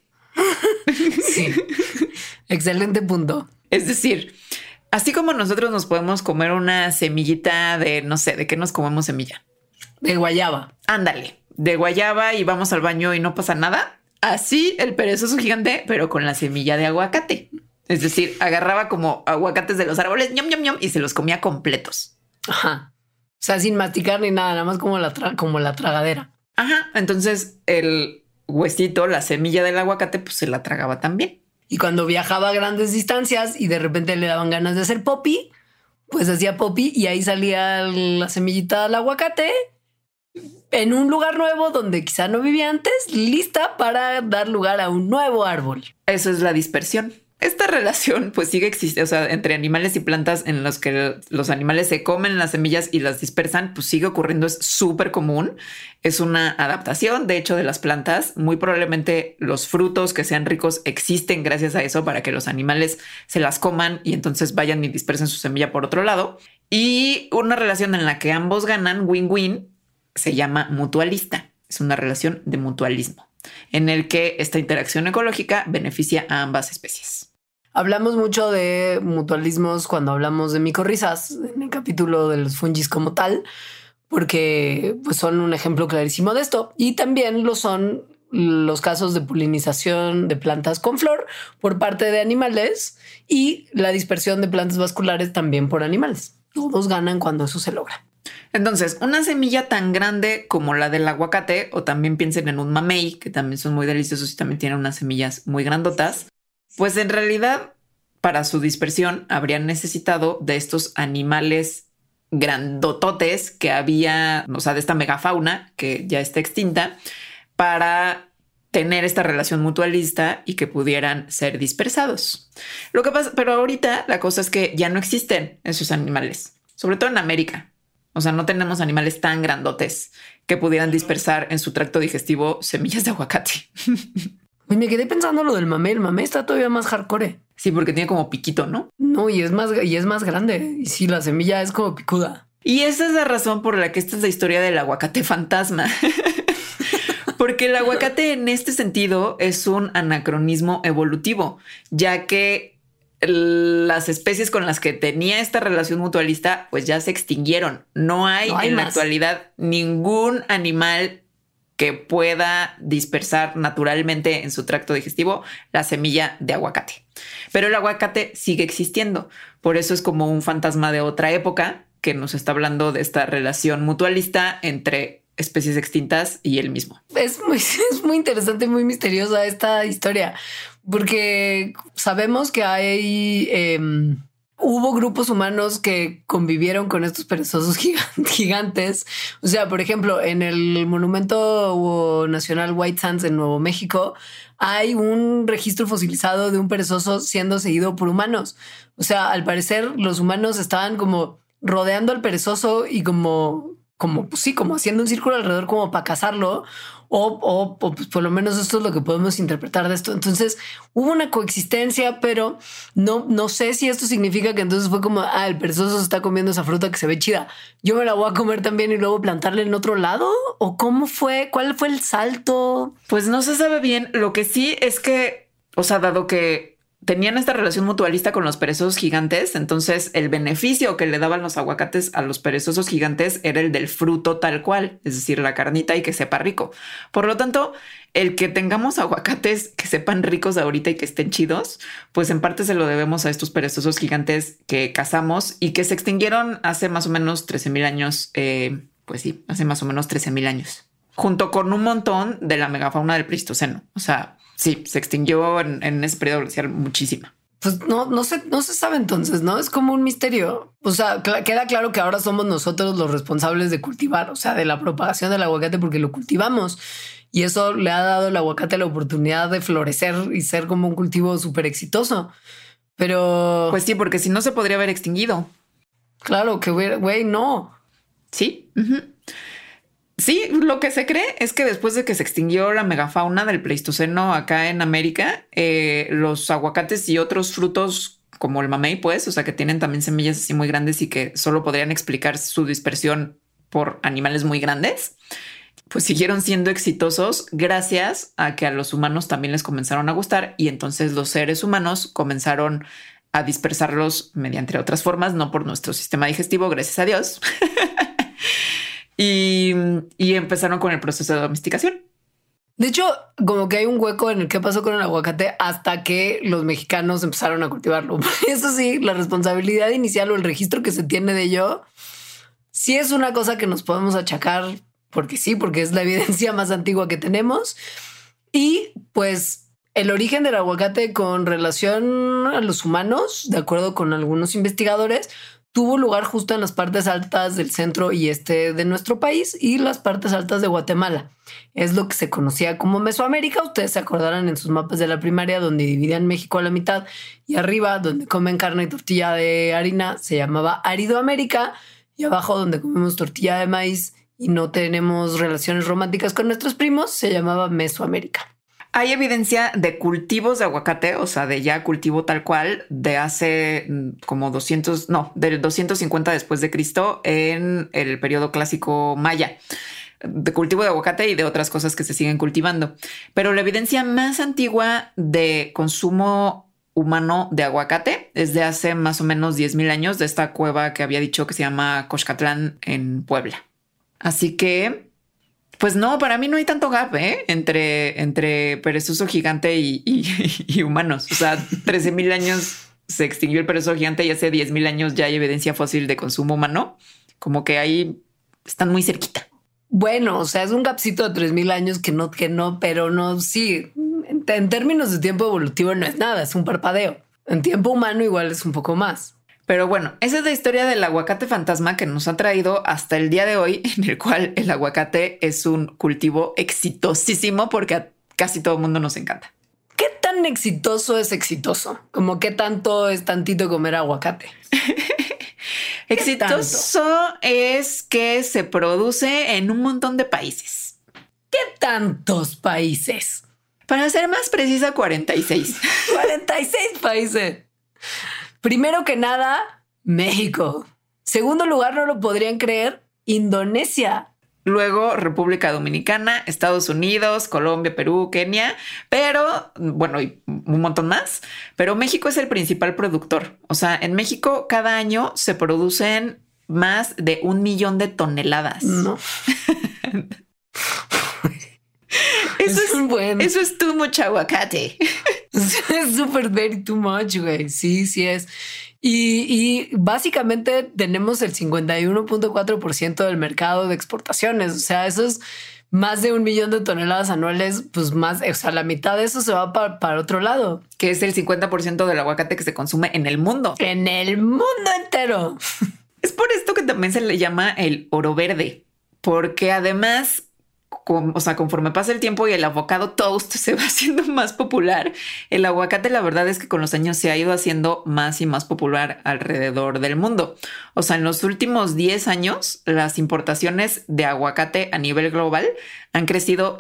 Sí. Excelente punto. Es decir, así como nosotros nos podemos comer una semillita de, no sé, ¿de qué nos comemos semilla? De guayaba. Ándale, de guayaba y vamos al baño y no pasa nada. Así el perezoso gigante, pero con la semilla de aguacate. Es decir, agarraba como aguacates de los árboles, ñam, ñam, ñam, y se los comía completos. Ajá. O sea, sin masticar ni nada, nada más como la tragadera. Ajá. Entonces el huesito, la semilla del aguacate, pues se la tragaba también. Y cuando viajaba a grandes distancias y de repente le daban ganas de hacer popi, pues hacía popi y ahí salía la semillita del aguacate en un lugar nuevo donde quizá no vivía antes, lista para dar lugar a un nuevo árbol. Eso es la dispersión. Esta relación pues sigue existiendo, o sea, entre animales y plantas en los que los animales se comen las semillas y las dispersan, pues sigue ocurriendo, es súper común. Es una adaptación, de hecho, de las plantas. Muy probablemente los frutos que sean ricos existen gracias a eso para que los animales se las coman y entonces vayan y dispersen su semilla por otro lado. Y una relación en la que ambos ganan, win-win, se llama mutualista. Es una relación de mutualismo en el que esta interacción ecológica beneficia a ambas especies. Hablamos mucho de mutualismos cuando hablamos de micorrizas en el capítulo de los fungis como tal, porque pues, son un ejemplo clarísimo de esto. Y también lo son los casos de polinización de plantas con flor por parte de animales y la dispersión de plantas vasculares también por animales. Todos ganan cuando eso se logra. Entonces, una semilla tan grande como la del aguacate, o también piensen en un mamey, que también son muy deliciosos y también tienen unas semillas muy grandotas, pues en realidad para su dispersión habrían necesitado de estos animales grandototes que había, o sea, de esta megafauna que ya está extinta, para tener esta relación mutualista y que pudieran ser dispersados. Lo que pasa, pero ahorita la cosa es que ya no existen esos animales, sobre todo en América. O sea, no tenemos animales tan grandotes que pudieran dispersar en su tracto digestivo semillas de aguacate. Y me quedé pensando lo del mamey. El mamey está todavía más hardcore. Sí, porque tiene como piquito, ¿no? No, y es más grande. Y sí, la semilla es como picuda. Y esa es la razón por la que esta es la historia del aguacate fantasma. Porque el aguacate en este sentido es un anacronismo evolutivo, ya que las especies con las que tenía esta relación mutualista pues ya se extinguieron. No hay en la actualidad ningún animal que pueda dispersar naturalmente en su tracto digestivo la semilla de aguacate. Pero el aguacate sigue existiendo. Por eso es como un fantasma de otra época que nos está hablando de esta relación mutualista entre especies extintas y él mismo. Es muy interesante, muy misteriosa esta historia, porque sabemos que hubo grupos humanos que convivieron con estos perezosos gigantes. O sea, por ejemplo, en el Monumento Nacional White Sands en Nuevo México hay un registro fosilizado de un perezoso siendo seguido por humanos. O sea, al parecer los humanos estaban como rodeando al perezoso y como haciendo un círculo alrededor como para cazarlo o pues por lo menos esto es lo que podemos interpretar de esto. Entonces hubo una coexistencia, pero no sé si esto significa que entonces fue como el perezoso se está comiendo esa fruta que se ve chida, yo me la voy a comer también y luego plantarla en otro lado, o cómo fue, cuál fue el salto. Pues no se sabe bien. Lo que sí es que, o sea, dado que tenían esta relación mutualista con los perezosos gigantes, entonces el beneficio que le daban los aguacates a los perezosos gigantes era el del fruto tal cual, es decir, la carnita y que sepa rico. Por lo tanto, el que tengamos aguacates que sepan ricos ahorita y que estén chidos, pues en parte se lo debemos a estos perezosos gigantes que cazamos y que se extinguieron hace más o menos 13,000 años. Pues sí, hace más o menos 13,000 años, junto con un montón de la megafauna del Pleistoceno. O sea, sí, se extinguió en ese periodo glacial muchísima. Pues no se sabe entonces, ¿no? Es como un misterio. O sea, queda claro que ahora somos nosotros los responsables de cultivar, o sea, de la propagación del aguacate porque lo cultivamos. Y eso le ha dado al aguacate la oportunidad de florecer y ser como un cultivo súper exitoso. Pero... Pues sí, porque si no se podría haber extinguido. Claro que, güey, no. Sí. Sí, lo que se cree es que después de que se extinguió la megafauna del Pleistoceno acá en América, los aguacates y otros frutos como el mamey, pues, o sea, que tienen también semillas así muy grandes y que solo podrían explicar su dispersión por animales muy grandes, pues siguieron siendo exitosos gracias a que a los humanos también les comenzaron a gustar y entonces los seres humanos comenzaron a dispersarlos mediante otras formas, no por nuestro sistema digestivo, gracias a Dios. Y empezaron con el proceso de domesticación. De hecho, como que hay un hueco en el que pasó con el aguacate hasta que los mexicanos empezaron a cultivarlo. Eso sí, la responsabilidad inicial o el registro que se tiene de ello, sí es una cosa que nos podemos achacar porque sí, porque es la evidencia más antigua que tenemos. Y pues el origen del aguacate con relación a los humanos, de acuerdo con algunos investigadores, tuvo lugar justo en las partes altas del centro y este de nuestro país y las partes altas de Guatemala. Es lo que se conocía como Mesoamérica. Ustedes se acordarán en sus mapas de la primaria donde dividían México a la mitad y arriba donde comen carne y tortilla de harina se llamaba Aridoamérica y abajo donde comemos tortilla de maíz y no tenemos relaciones románticas con nuestros primos se llamaba Mesoamérica. Hay evidencia de cultivos de aguacate, o sea, de ya cultivo tal cual, de hace como del 250 después de Cristo en el periodo clásico maya. de cultivo de aguacate y de otras cosas que se siguen cultivando. Pero la evidencia más antigua de consumo humano de aguacate es de hace más o menos 10,000 años, de esta cueva que había dicho que se llama Coxcatlán en Puebla. Así que, pues no, para mí no hay tanto gap entre perezoso gigante y humanos. O sea, 13,000 años se extinguió el perezoso gigante y hace 10,000 años ya hay evidencia fósil de consumo humano. Como que ahí están muy cerquita. Bueno, o sea, es un gapcito de 3,000 años que no, pero no, sí. En términos de tiempo evolutivo no es nada, es un parpadeo. En tiempo humano igual es un poco más. Pero bueno, esa es la historia del aguacate fantasma que nos ha traído hasta el día de hoy, en el cual el aguacate es un cultivo exitosísimo porque a casi todo el mundo nos encanta. ¿Qué tan exitoso es exitoso? Como qué tanto es tantito comer aguacate. Exitoso es que se produce en un montón de países. ¿Qué tantos países? Para ser más precisa, 46. 46 países. Primero que nada, México. Segundo lugar, no lo podrían creer, Indonesia. Luego República Dominicana, Estados Unidos, Colombia, Perú, Kenia, pero bueno, y un montón más. Pero México es el principal productor. O sea, en México cada año se producen más de 1 millón de toneladas. No. Eso es too much aguacate. Es súper very too much, güey. Sí, sí es. Y básicamente tenemos el 51.4% del mercado de exportaciones. O sea, eso es más de 1 millón de toneladas anuales, pues más, o sea, la mitad de eso se va para otro lado. Que es el 50% del aguacate que se consume en el mundo. En el mundo entero. Es por esto que también se le llama el oro verde, porque además, conforme pasa el tiempo y el avocado toast se va haciendo más popular, el aguacate la verdad es que con los años se ha ido haciendo más y más popular alrededor del mundo. O sea, en los últimos 10 años, las importaciones de aguacate a nivel global han crecido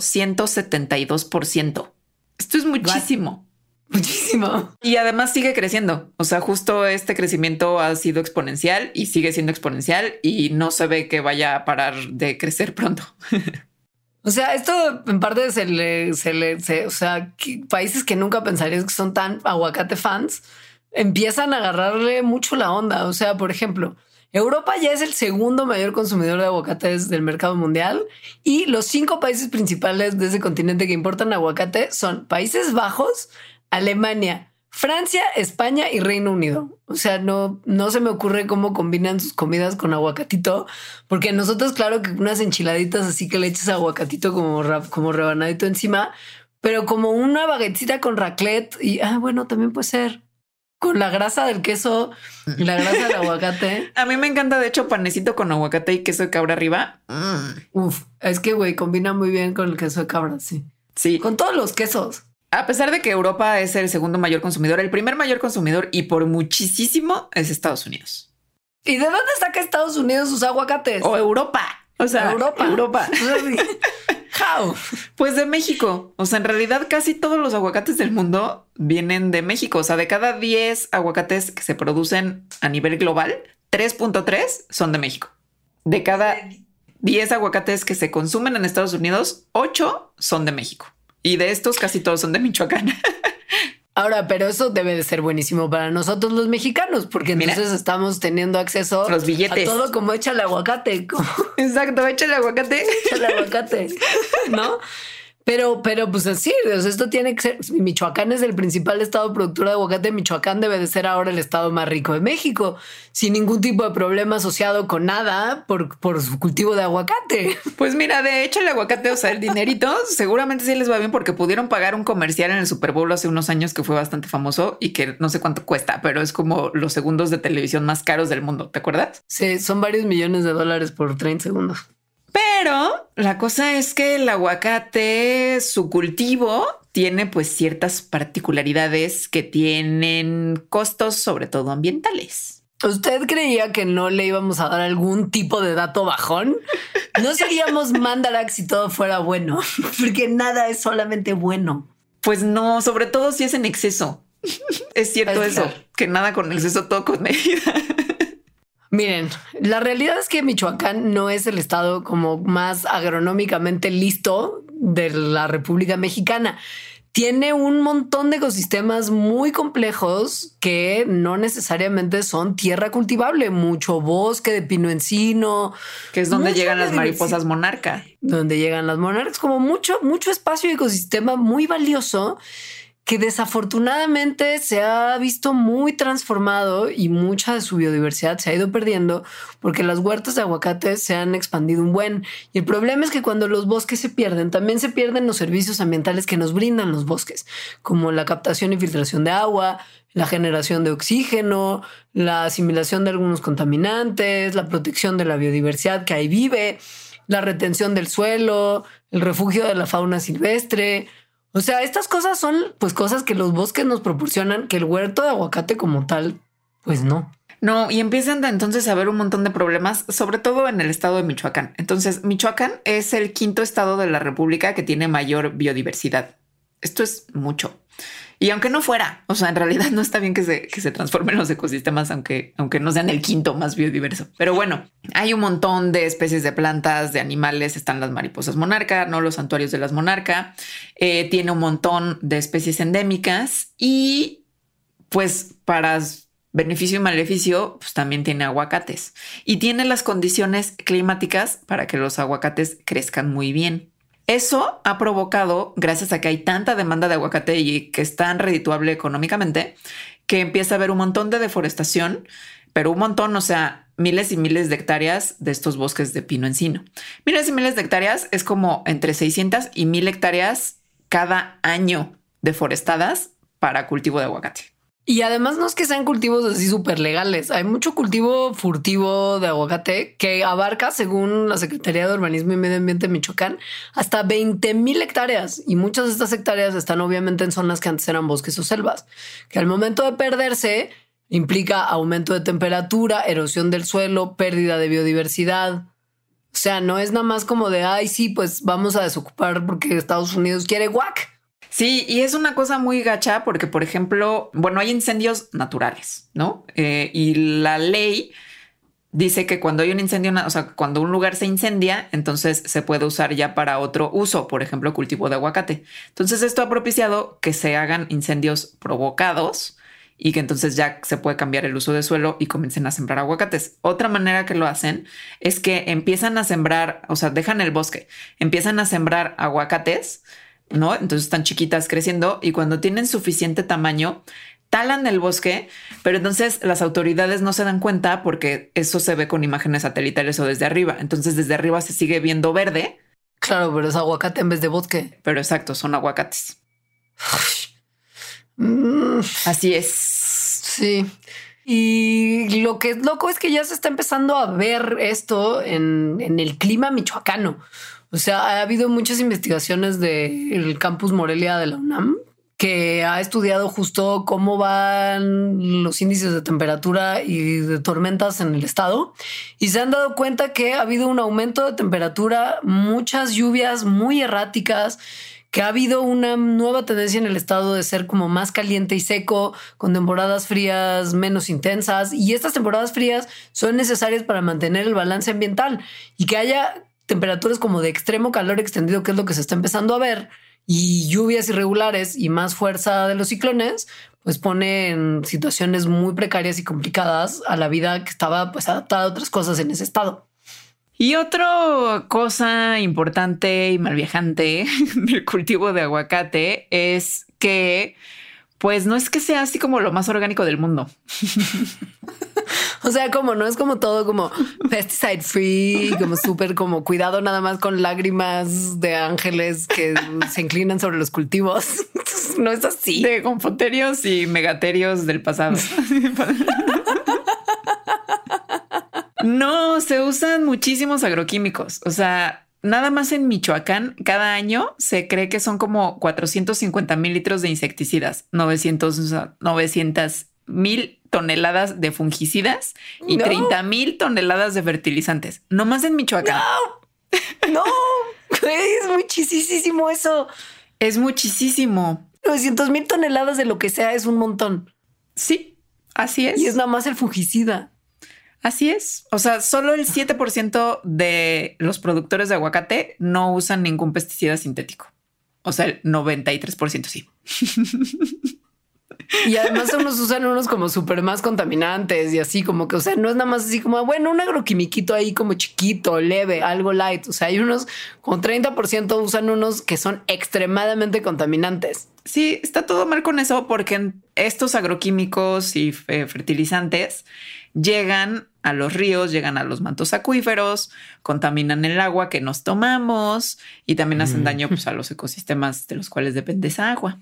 172%. Esto es muchísimo. Muchísimo. Y además sigue creciendo. O sea, justo este crecimiento ha sido exponencial y sigue siendo exponencial y no se ve que vaya a parar de crecer pronto. O sea, esto en parte o sea, países que nunca pensarías que son tan aguacate fans empiezan a agarrarle mucho la onda. O sea, por ejemplo, Europa ya es el segundo mayor consumidor de aguacates del mercado mundial y los 5 países principales de ese continente que importan aguacate son Países Bajos, Alemania, Francia, España y Reino Unido. O sea, no se me ocurre cómo combinan sus comidas con aguacatito, porque nosotros, claro que unas enchiladitas así que le echas aguacatito como rebanadito encima, pero como una baguettita con raclette y bueno, también puede ser con la grasa del queso y la grasa del aguacate. A mí me encanta, de hecho, panecito con aguacate y queso de cabra arriba. Uf, es que güey, combina muy bien con el queso de cabra. Sí, sí, con todos los quesos. A pesar de que Europa es el segundo mayor consumidor, el primer mayor consumidor y por muchísimo es Estados Unidos. ¿Y de dónde saca Estados Unidos sus aguacates? O Europa. O sea, Europa. How? Pues de México. O sea, en realidad casi todos los aguacates del mundo vienen de México. O sea, de cada 10 aguacates que se producen a nivel global, 3.3 son de México. De cada 10 aguacates que se consumen en Estados Unidos, 8 son de México. Y de estos casi todos son de Michoacán. Ahora, pero eso debe de ser buenísimo para nosotros los mexicanos, porque entonces estamos teniendo acceso a los billetes. A todo como échale aguacate. Exacto, échale aguacate. Échale aguacate, ¿no? Pero pues así, o sea, esto tiene que ser. Michoacán es el principal estado productor de aguacate. Michoacán debe de ser ahora el estado más rico de México, sin ningún tipo de problema asociado con nada por su cultivo de aguacate. Pues mira, de hecho el aguacate, o sea, el dinerito, seguramente sí les va bien porque pudieron pagar un comercial en el Super Bowl hace unos años que fue bastante famoso y que no sé cuánto cuesta, pero es como los segundos de televisión más caros del mundo. ¿Te acuerdas? Sí, son varios millones de dólares por 30 segundos. Pero la cosa es que el aguacate, su cultivo, tiene pues ciertas particularidades que tienen costos, sobre todo ambientales. ¿Usted creía que no le íbamos a dar algún tipo de dato bajón? No seríamos Mandarax si todo fuera bueno, porque nada es solamente bueno. Pues no, sobre todo si es en exceso. Es cierto eso, que nada con exceso, todo con medida. Miren, la realidad es que Michoacán no es el estado como más agronómicamente listo de la República Mexicana. Tiene un montón de ecosistemas muy complejos que no necesariamente son tierra cultivable, mucho bosque de pino encino, que es donde llegan las mariposas monarca. Donde llegan las monarcas, como mucho espacio y ecosistema muy valioso que desafortunadamente se ha visto muy transformado y mucha de su biodiversidad se ha ido perdiendo porque las huertas de aguacate se han expandido un buen. Y el problema es que cuando los bosques se pierden, también se pierden los servicios ambientales que nos brindan los bosques, como la captación y filtración de agua, la generación de oxígeno, la asimilación de algunos contaminantes, la protección de la biodiversidad que ahí vive, la retención del suelo, el refugio de la fauna silvestre. O sea, estas cosas son pues cosas que los bosques nos proporcionan, que el huerto de aguacate como tal, pues no. No, y empiezan entonces a haber un montón de problemas, sobre todo en el estado de Michoacán. Entonces, Michoacán es el quinto estado de la República que tiene mayor biodiversidad. Esto es mucho. Y aunque no fuera, o sea, en realidad no está bien que se transformen los ecosistemas, aunque no sean el quinto más biodiverso. Pero bueno, hay un montón de especies de plantas, de animales. Están las mariposas monarca, no los santuarios de las monarca. Tiene un montón de especies endémicas y pues para beneficio y maleficio, pues también tiene aguacates y tiene las condiciones climáticas para que los aguacates crezcan muy bien. Eso ha provocado, gracias a que hay tanta demanda de aguacate y que es tan redituable económicamente, que empieza a haber un montón de deforestación, pero un montón, o sea, miles y miles de hectáreas de estos bosques de pino encino. Miles y miles de hectáreas es como entre 600 y 1000 hectáreas cada año deforestadas para cultivo de aguacate. Y además no es que sean cultivos así súper legales. Hay mucho cultivo furtivo de aguacate que abarca, según la Secretaría de Urbanismo y Medio Ambiente de Michoacán, hasta 20,000 hectáreas. Y muchas de estas hectáreas están obviamente en zonas que antes eran bosques o selvas, que al momento de perderse implica aumento de temperatura, erosión del suelo, pérdida de biodiversidad. O sea, no es nada más como de, ay, sí, pues vamos a desocupar porque Estados Unidos quiere guac. Sí, y es una cosa muy gacha porque, por ejemplo, bueno, hay incendios naturales, ¿no? Y la ley dice que cuando hay un incendio, o sea, cuando un lugar se incendia, entonces se puede usar ya para otro uso, por ejemplo, cultivo de aguacate. Entonces esto ha propiciado que se hagan incendios provocados y que entonces ya se puede cambiar el uso de suelo y comiencen a sembrar aguacates. Otra manera que lo hacen es que empiezan a sembrar, o sea, dejan el bosque, empiezan a sembrar aguacates, ¿no? Entonces están chiquitas creciendo y cuando tienen suficiente tamaño talan el bosque, pero entonces las autoridades no se dan cuenta porque eso se ve con imágenes satelitales o desde arriba. Entonces desde arriba se sigue viendo verde. Claro, pero es aguacate en vez de bosque. Pero exacto, son aguacates. Así es. Sí. Y lo que es loco es que ya se está empezando a ver esto en el clima michoacano. O sea, ha habido muchas investigaciones del campus Morelia de la UNAM que ha estudiado justo cómo van los índices de temperatura y de tormentas en el estado y se han dado cuenta que ha habido un aumento de temperatura, muchas lluvias muy erráticas, que ha habido una nueva tendencia en el estado de ser como más caliente y seco, con temporadas frías menos intensas, y estas temporadas frías son necesarias para mantener el balance ambiental y que haya temperaturas como de extremo calor extendido, que es lo que se está empezando a ver, y lluvias irregulares y más fuerza de los ciclones, pues pone en situaciones muy precarias y complicadas a la vida que estaba pues adaptada a otras cosas en ese estado. Y otra cosa importante y malviajante del cultivo de aguacate es que pues no es que sea así como lo más orgánico del mundo. O sea, como no es como todo como pesticide free, como súper como cuidado nada más con lágrimas de ángeles que se inclinan sobre los cultivos. No es así. De confoterios y megaterios del pasado. No, se usan muchísimos agroquímicos. O sea, nada más en Michoacán, cada año se cree que son como 450,000 litros de insecticidas, 900,000 toneladas de fungicidas y 30,000 toneladas de fertilizantes. No más en Michoacán. No, es muchísimo eso. Es muchísimo. 900,000 toneladas de lo que sea es un montón. Sí, así es. Y es nada más el fungicida. Así es. O sea, solo el 7% de los productores de aguacate no usan ningún pesticida sintético. O sea, el 93% sí. Y además unos usan unos como súper más contaminantes y así como que, o sea, no es nada más así como, bueno, un agroquimiquito ahí como chiquito, leve, algo light. O sea, hay unos con 30% usan unos que son extremadamente contaminantes. Sí, está todo mal con eso porque estos agroquímicos y fertilizantes llegan a los ríos, llegan a los mantos acuíferos, contaminan el agua que nos tomamos y también hacen daño pues, a los ecosistemas de los cuales depende esa agua.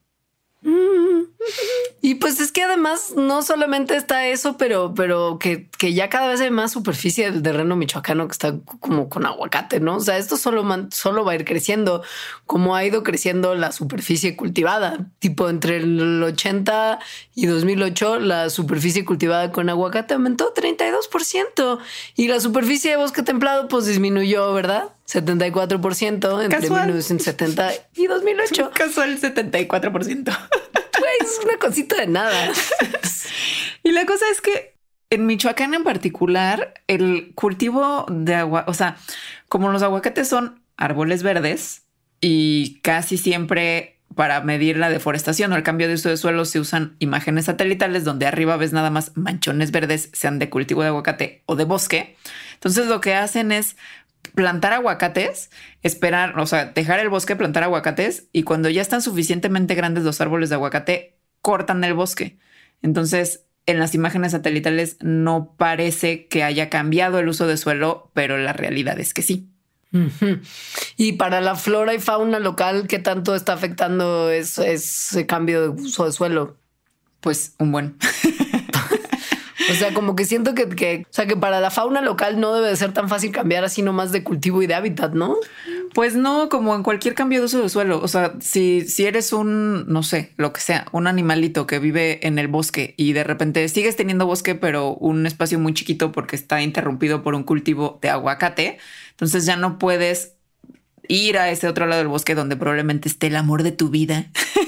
Y pues es que además no solamente está eso, pero que ya cada vez hay más superficie del terreno michoacano que está como con aguacate, ¿no? O sea, esto solo va a ir creciendo como ha ido creciendo la superficie cultivada. Tipo entre el 80 y 2008, la superficie cultivada con aguacate aumentó 32% y la superficie de bosque templado pues disminuyó, ¿verdad? 74% entre Casual. 1970 y 2008. Casual 74%. Güey, es una cosita de nada. Y la cosa es que en Michoacán en particular, el cultivo de agua, o sea, como los aguacates son árboles verdes y casi siempre para medir la deforestación o el cambio de uso de suelo se usan imágenes satelitales donde arriba ves nada más manchones verdes, sean de cultivo de aguacate o de bosque. Entonces lo que hacen es plantar aguacates, esperar, o sea, dejar el bosque, plantar aguacates y cuando ya están suficientemente grandes los árboles de aguacate, cortan el bosque. Entonces, en las imágenes satelitales no parece que haya cambiado el uso de suelo, pero la realidad es que sí. Uh-huh. Y para la flora y fauna local, ¿qué tanto está afectando ese cambio de uso de suelo? Pues un buen... O sea, como que siento que para la fauna local no debe de ser tan fácil cambiar así nomás de cultivo y de hábitat, ¿no? Pues no, como en cualquier cambio de uso de suelo. O sea, si eres un, no sé, lo que sea, un animalito que vive en el bosque y de repente sigues teniendo bosque, pero un espacio muy chiquito porque está interrumpido por un cultivo de aguacate, entonces ya no puedes ir a ese otro lado del bosque donde probablemente esté el amor de tu vida.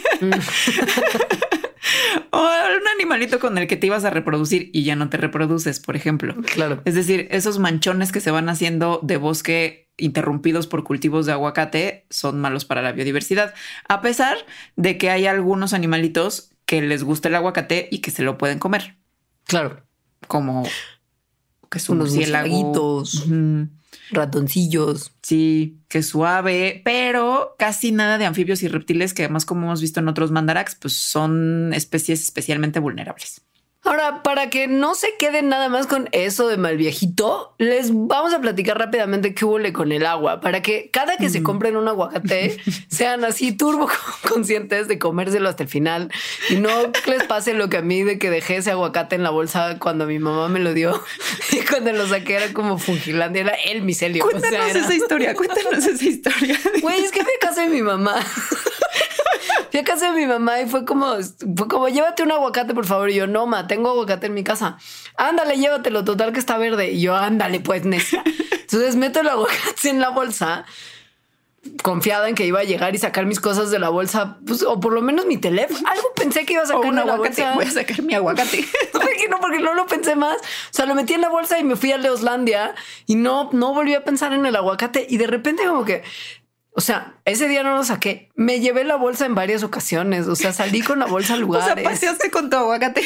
O un animalito con el que te ibas a reproducir y ya no te reproduces, por ejemplo. Claro. Es decir, esos manchones que se van haciendo de bosque interrumpidos por cultivos de aguacate son malos para la biodiversidad, a pesar de que hay algunos animalitos que les gusta el aguacate y que se lo pueden comer. Claro. Como que es un unos murciélaguitos, ratoncillos. Sí, que suave, pero casi nada de anfibios y reptiles que además, como hemos visto en otros mandarax, pues son especies especialmente vulnerables. Ahora, para que no se queden nada más con eso de mal viejito, les vamos a platicar rápidamente qué huele con el agua, para que cada que se compren un aguacate sean así turbo conscientes de comérselo hasta el final y no les pase lo que a mí de que dejé ese aguacate en la bolsa cuando mi mamá me lo dio y cuando lo saqué era como Fungilandia, era el micelio. Cuéntanos esa historia, cuéntanos esa historia. Güey, es que fui a casa de mi mamá. Fui a casa de mi mamá y fue como llévate un aguacate, por favor. Y yo, no, ma, tengo aguacate en mi casa. Ándale, llévatelo, total que está verde. Y yo, ándale, pues, necia. Entonces meto el aguacate en la bolsa, confiada en que iba a llegar y sacar mis cosas de la bolsa, pues, o por lo menos mi teléfono. Algo pensé que iba a sacar un de la aguacate. bolsa. Voy a sacar mi aguacate. No, porque no lo pensé más. O sea, lo metí en la bolsa y me fui a Leoslandia y no volví a pensar en el aguacate. Y de repente como que... O sea, ese día no lo saqué. Me llevé la bolsa en varias ocasiones. O sea, salí con la bolsa a lugares. O sea, paseaste con tu aguacate.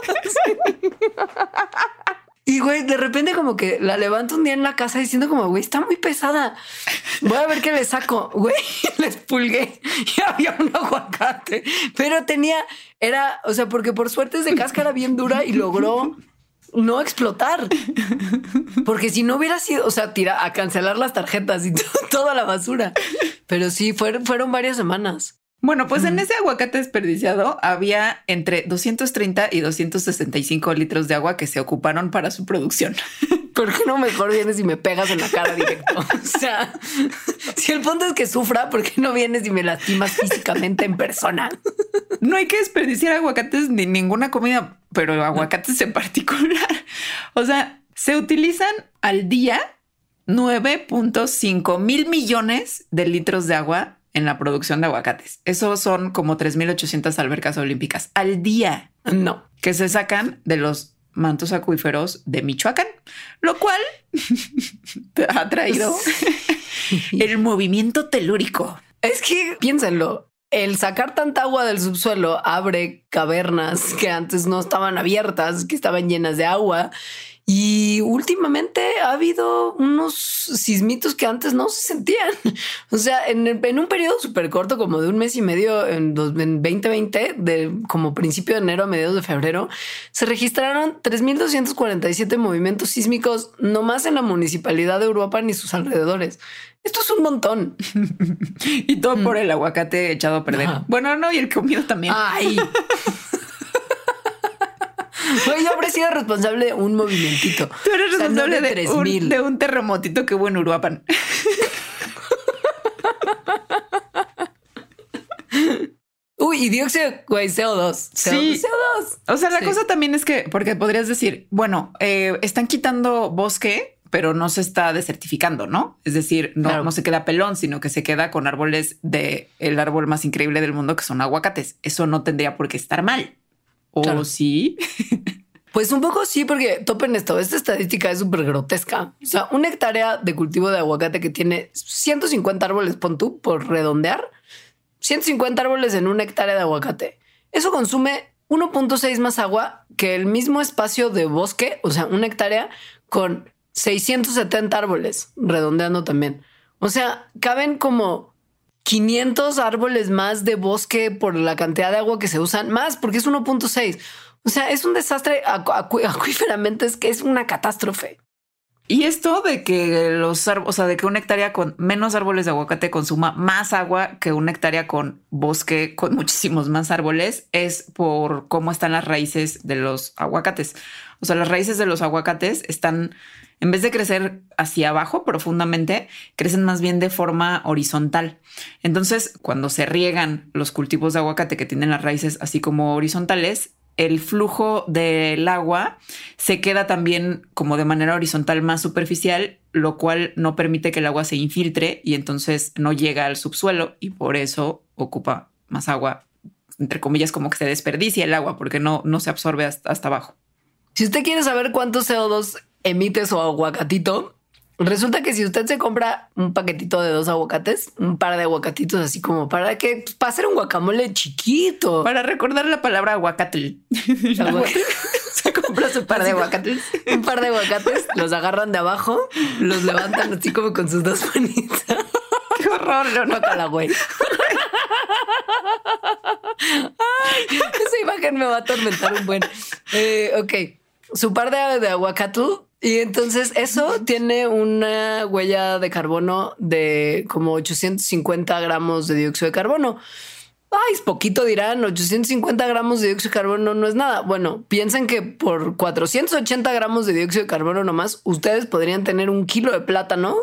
Y güey, de repente como que la levanto un día en la casa diciendo como, güey, está muy pesada. Voy a ver qué le saco. Güey, le expulgué y había un aguacate. Pero o sea, porque por suerte es de cáscara bien dura y logró no explotar. Porque si no hubiera sido, o sea, a cancelar las tarjetas y toda la basura. Pero sí, fueron varias semanas. Bueno, pues en ese aguacate desperdiciado había entre 230 y 265 litros de agua que se ocuparon para su producción. ¿Por qué no mejor vienes y me pegas en la cara directo? O sea, si el punto es que sufra, ¿por qué no vienes y me lastimas físicamente en persona? No hay que desperdiciar aguacates ni ninguna comida, pero aguacates en particular. O sea, se utilizan al día 9.5 mil millones de litros de agua en la producción de aguacates. Eso son como 3,800 albercas olímpicas al día. No. Que se sacan de los mantos acuíferos de Michoacán, lo cual ha traído el movimiento telúrico. Es que piénsenlo. El sacar tanta agua del subsuelo abre cavernas que antes no estaban abiertas, que estaban llenas de agua. Y últimamente ha habido unos sismitos que antes no se sentían. O sea, en un periodo súper corto, como de un mes y medio en 2020, como principio de enero a mediados de febrero, se registraron 3,247 movimientos sísmicos nomás en la municipalidad de Uruapan y sus alrededores. Esto es un montón. Y todo por el aguacate echado a perder. Ajá. Bueno, no, y el comido también. Ay. Yo habré sido responsable de un movimentito. Tú eres responsable de un terremotito que hubo en Uruapan. Uy, y dióxido, güey, CO2. Sí. CO2. O sea, la cosa también es que, porque podrías decir, bueno, están quitando bosque, pero no se está desertificando, ¿no? Es decir, no se queda pelón, sino que se queda con árboles del árbol más increíble del mundo, que son aguacates. Eso no tendría por qué estar mal. ¿O sí? Pues un poco sí, porque topen esto. Esta estadística es súper grotesca. O sea, una hectárea de cultivo de aguacate que tiene 150 árboles, pon tú, por redondear, 150 árboles en una hectárea de aguacate. Eso consume 1.6 más agua que el mismo espacio de bosque, o sea, una hectárea con 670 árboles, redondeando también. O sea, caben como 500 árboles más de bosque por la cantidad de agua que se usan, más porque es 1.6. O sea, es un desastre acuíferamente, es que es una catástrofe. Y esto de que los árboles, o sea, de que una hectárea con menos árboles de aguacate consuma más agua que una hectárea con bosque con muchísimos más árboles, es por cómo están las raíces de los aguacates. O sea, las raíces de los aguacates están, en vez de crecer hacia abajo profundamente, crecen más bien de forma horizontal. Entonces, cuando se riegan los cultivos de aguacate que tienen las raíces así como horizontales, el flujo del agua se queda también como de manera horizontal más superficial, lo cual no permite que el agua se infiltre y entonces no llega al subsuelo y por eso ocupa más agua, entre comillas, como que se desperdicia el agua porque no se absorbe hasta abajo. Si usted quiere saber cuánto CO2 emite su aguacatito, resulta que si usted se compra un paquetito de 2 aguacates, un par de aguacatitos así como para hacer un guacamole chiquito. Para recordar la palabra aguacatl. Se compra su par de aguacates. Un par de aguacates, los agarran de abajo, los levantan así como con sus 2 manitas. Qué horror, no la güey. Ay, esa imagen me va a atormentar un buen. Ok, su par de aguacatl. Y entonces eso tiene una huella de carbono de como 850 gramos de dióxido de carbono. Ay, es poquito, dirán. 850 gramos de dióxido de carbono no es nada. Bueno, piensen que por 480 gramos de dióxido de carbono nomás, ustedes podrían tener 1 kilo de plátano.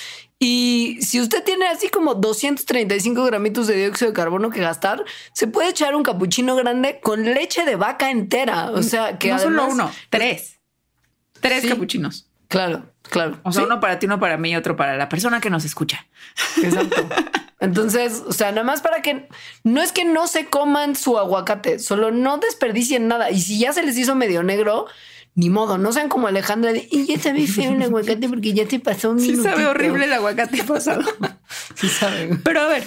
Y si usted tiene así como 235 gramitos de dióxido de carbono que gastar, se puede echar un capuchino grande con leche de vaca entera. O sea, que no además, solo uno, 3. 3 sí, capuchinos. Claro. O sea, uno para ti, uno para mí y otro para la persona que nos escucha. Exacto. Entonces, o sea, nada más para que no es que no se coman su aguacate, solo no desperdicien nada. Y si ya se les hizo medio negro, ni modo, no sean como Alejandra y ya sabe feo el aguacate porque ya te pasó un minutito. Sí sabe horrible el aguacate pasado. Sí sabe. Pero a ver,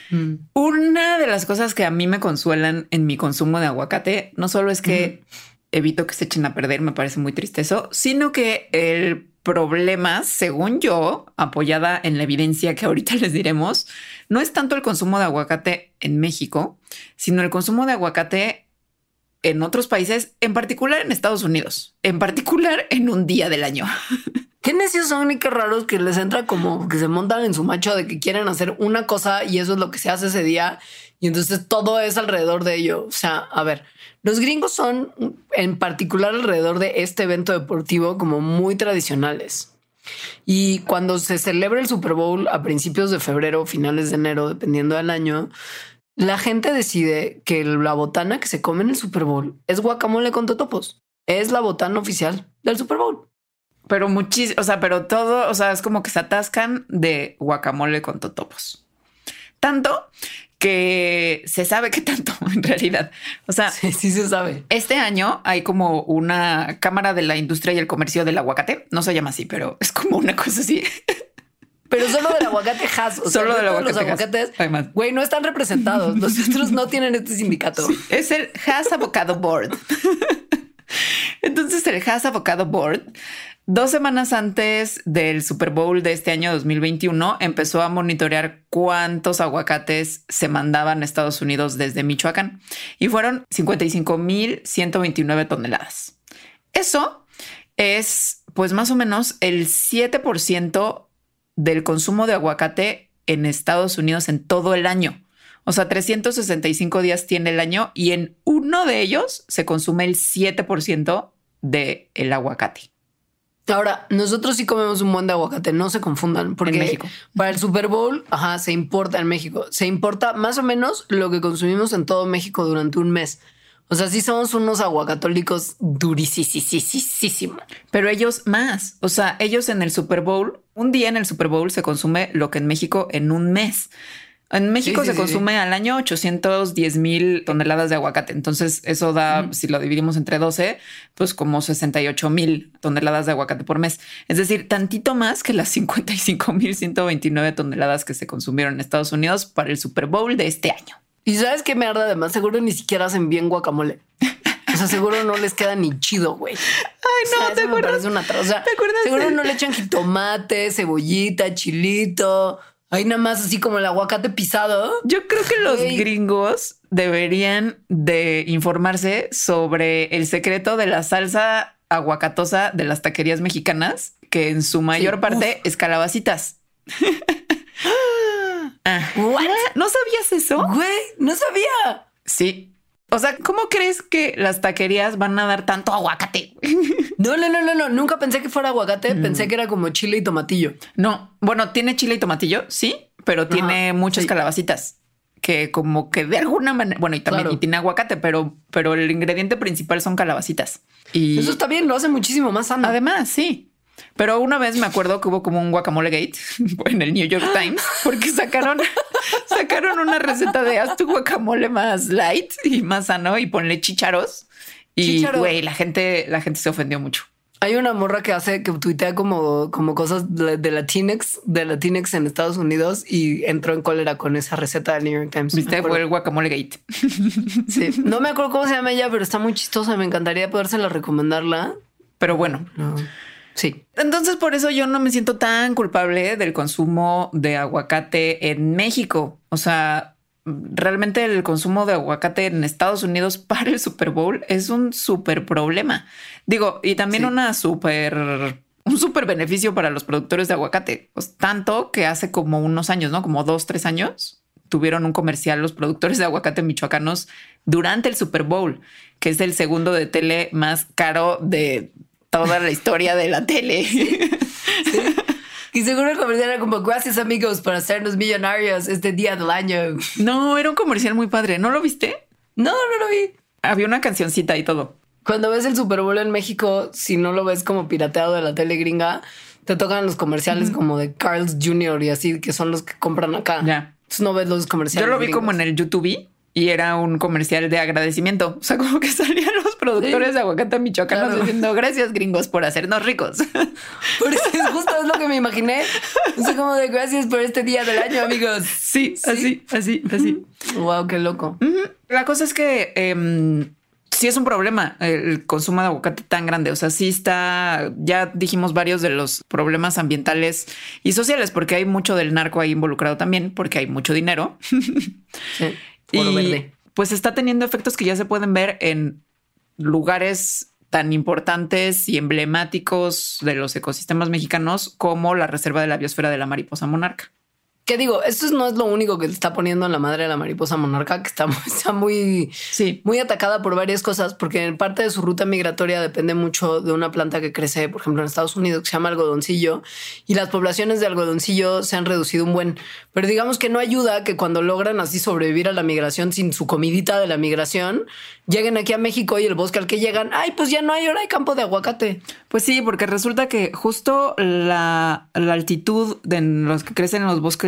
una de las cosas que a mí me consuelan en mi consumo de aguacate no solo es que evito que se echen a perder, me parece muy triste eso, sino que el problema, según yo, apoyada en la evidencia que ahorita les diremos, no es tanto el consumo de aguacate en México, sino el consumo de aguacate en otros países, en particular en Estados Unidos, en particular en un día del año. Qué necios son y qué raros que les entra como que se montan en su macho de que quieren hacer una cosa y eso es lo que se hace ese día. Y entonces todo es alrededor de ello. O sea, a ver, los gringos son en particular alrededor de este evento deportivo como muy tradicionales. Y cuando se celebra el Super Bowl a principios de febrero, finales de enero, dependiendo del año, la gente decide que la botana que se come en el Super Bowl es guacamole con totopos. Es la botana oficial del Super Bowl. Pero muchísimo, o sea, pero todo, o sea, es como que se atascan de guacamole con totopos. Tanto que se sabe que tanto en realidad. O sea, Sí se sabe. este año hay como una Cámara de la Industria y el Comercio del Aguacate. No se llama así, pero es como una cosa así. Pero solo del aguacate Hass. O sea, Solo del todos los aguacate Hass. aguacates, Hay más. güey, no están representados. Los otros no tienen este sindicato. Es el Hass Avocado Board. Entonces el Hass Avocado Board, 2 semanas antes del Super Bowl de este año 2021, empezó a monitorear cuántos aguacates se mandaban a Estados Unidos desde Michoacán y fueron 55,129 toneladas. Eso es pues más o menos el 7% del consumo de aguacate en Estados Unidos en todo el año. O sea, 365 días tiene el año y en uno de ellos se consume el 7% del aguacate. Ahora, nosotros sí comemos un buen de aguacate, no se confundan, porque En México. para el Super Bowl, se importa en México. Se importa más o menos lo que consumimos en todo México durante un mes. O sea, sí somos unos aguacatólicos durísimos. Pero ellos más. O sea, ellos en el Super Bowl, un día en el Super Bowl se consume lo que en México en un mes. En México Sí, se consume al año 810,000 toneladas de aguacate. Entonces eso da, si lo dividimos entre 12, pues como 68,000 toneladas de aguacate por mes. Es decir, tantito más que las 55,129 toneladas que se consumieron en Estados Unidos para el Super Bowl de este año. ¿Y sabes qué me arda además? Seguro ni siquiera hacen bien guacamole. O sea, seguro no les queda ni chido, güey. Ay, no, o sea, ¿te eso me acuerdas? parece una o sea, ¿Te acuerdas seguro de- no le echan jitomate, cebollita, chilito. Hay nada más así como el aguacate pisado. Yo creo que los Güey. gringos deberían de informarse sobre el secreto de la salsa aguacatosa de las taquerías mexicanas, que en su mayor parte es calabacitas. What? ¿No sabías eso? Güey, no sabía. Sí. O sea, ¿cómo crees que las taquerías van a dar tanto aguacate? No. Nunca pensé que fuera aguacate. Pensé que era como chile y tomatillo. No, bueno, tiene chile y tomatillo, sí, pero tiene muchas sí. calabacitas que como que de alguna manera, bueno, y también Claro. y tiene aguacate, pero el ingrediente principal son calabacitas. Y Eso está bien, lo hace muchísimo más sano. además, sí. Pero una vez me acuerdo que hubo como un guacamole gate en el New York Times porque sacaron una receta de haz tu guacamole más light y más sano y ponle chícharos. Y Chícharo. güey, la gente se ofendió mucho. Hay una morra que tuitea como cosas de Latinx en Estados Unidos y entró en cólera con esa receta del New York Times. me Viste, acuerdo. fue el guacamole gate. Sí. No me acuerdo cómo se llama ella, pero está muy chistosa. Me encantaría podérsela recomendarla. Pero bueno, No. Sí. entonces por eso yo no me siento tan culpable del consumo de aguacate en México. O sea, realmente el consumo de aguacate en Estados Unidos para el Super Bowl es un súper problema. Digo, y también Sí. un súper beneficio para los productores de aguacate. Pues tanto que hace como unos años, ¿no? Como 2-3 años, tuvieron un comercial los productores de aguacate michoacanos durante el Super Bowl, que es el segundo de tele más caro de toda la historia de la tele. Y seguro el comercial era como gracias amigos por hacernos millonarios este día del año. No, era un comercial muy padre. ¿No lo viste? No lo vi. Había una cancioncita y todo. Cuando ves el Super Bowl en México, si no lo ves como pirateado de la tele gringa, te tocan los comerciales como de Carl's Jr. y así, que son los que compran acá. Ya. Entonces no ves los comerciales. Yo lo vi gringos. como en el YouTube y era un comercial de agradecimiento. O sea, como que salían los productores Sí. de aguacate michoacanos Claro. diciendo gracias gringos por hacernos ricos. Por eso es justo es lo que me imaginé. O sea, como de gracias por este día del año, amigos. Sí, así. Wow, qué loco. La cosa es que sí es un problema el consumo de aguacate tan grande. O sea, sí está, ya dijimos varios de los problemas ambientales y sociales, porque hay mucho del narco ahí involucrado también, porque hay mucho dinero. Sí. Oro verde. Pues está teniendo efectos que ya se pueden ver en lugares tan importantes y emblemáticos de los ecosistemas mexicanos como la Reserva de la Biosfera de la Mariposa Monarca. ¿Qué digo? Esto no es lo único que le está poniendo en la madre de la mariposa monarca, que está muy, Sí. muy atacada por varias cosas, porque en parte de su ruta migratoria depende mucho de una planta que crece, por ejemplo, en Estados Unidos, que se llama algodoncillo, y las poblaciones de algodoncillo se han reducido un buen. Pero digamos que no ayuda que cuando logran así sobrevivir a la migración sin su comidita de la migración, lleguen aquí a México y el bosque al que llegan, ay, pues ya no hay, ahora hay campo de aguacate. Pues sí, porque resulta que justo la altitud de los que crecen en los bosques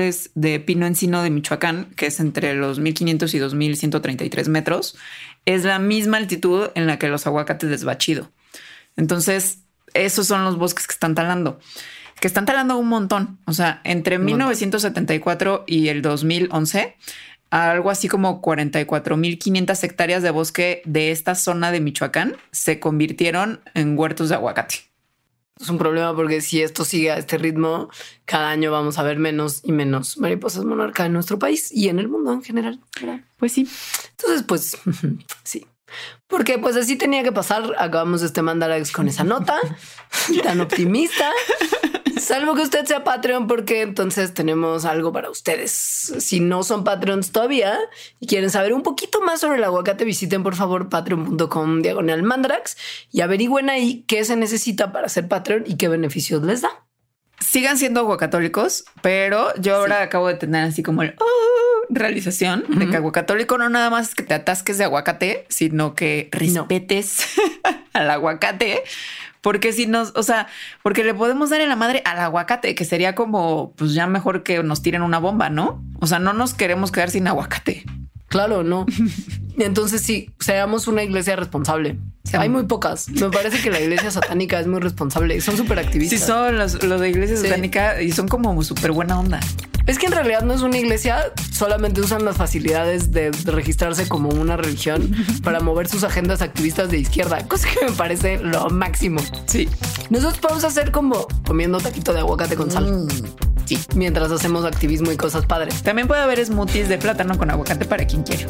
bosques de pino encino de Michoacán, que es entre los 1500 y 2133 metros, es la misma altitud en la que los aguacates desbachido. Entonces, esos son los bosques que están talando un montón. O sea, entre 1974 y el 2011, algo así como 44,500 hectáreas de bosque de esta zona de Michoacán se convirtieron en huertos de aguacate. Es un problema porque si esto sigue a este ritmo, cada año vamos a ver menos y menos mariposas monarca en nuestro país y en el mundo en general, ¿verdad? Pues sí. Entonces, pues sí. Porque pues así tenía que pasar. Acabamos este Mandarax con esa nota tan optimista. Salvo que usted sea Patreon, porque entonces tenemos algo para ustedes. Si no son Patreons todavía y quieren saber un poquito más sobre el aguacate, visiten por favor patreon.com/Mandarax y averigüen ahí qué se necesita para ser Patreon y qué beneficios les da. Sigan siendo aguacatólicos, pero yo ahora acabo de tener así como el realización de que aguacatólico no nada más es que te atasques de aguacate, sino que respetes al aguacate. Porque si nos, o sea, porque le podemos dar en la madre al aguacate, que sería como, pues ya mejor que nos tiren una bomba, ¿no? O sea, no nos queremos quedar sin aguacate. Claro, no. Entonces sí, seamos una iglesia responsable. Hay muy pocas. Me parece que la iglesia satánica es muy responsable. Son súper activistas. Sí, son los de iglesia satánica y son como súper buena onda. Es que en realidad no es una iglesia, solamente usan las facilidades de registrarse como una religión para mover sus agendas activistas de izquierda, cosa que me parece lo máximo. Sí. Nosotros podemos hacer como comiendo taquito de aguacate con sal. Sí. Mientras hacemos activismo y cosas padres. También puede haber smoothies de plátano con aguacate para quien quiera.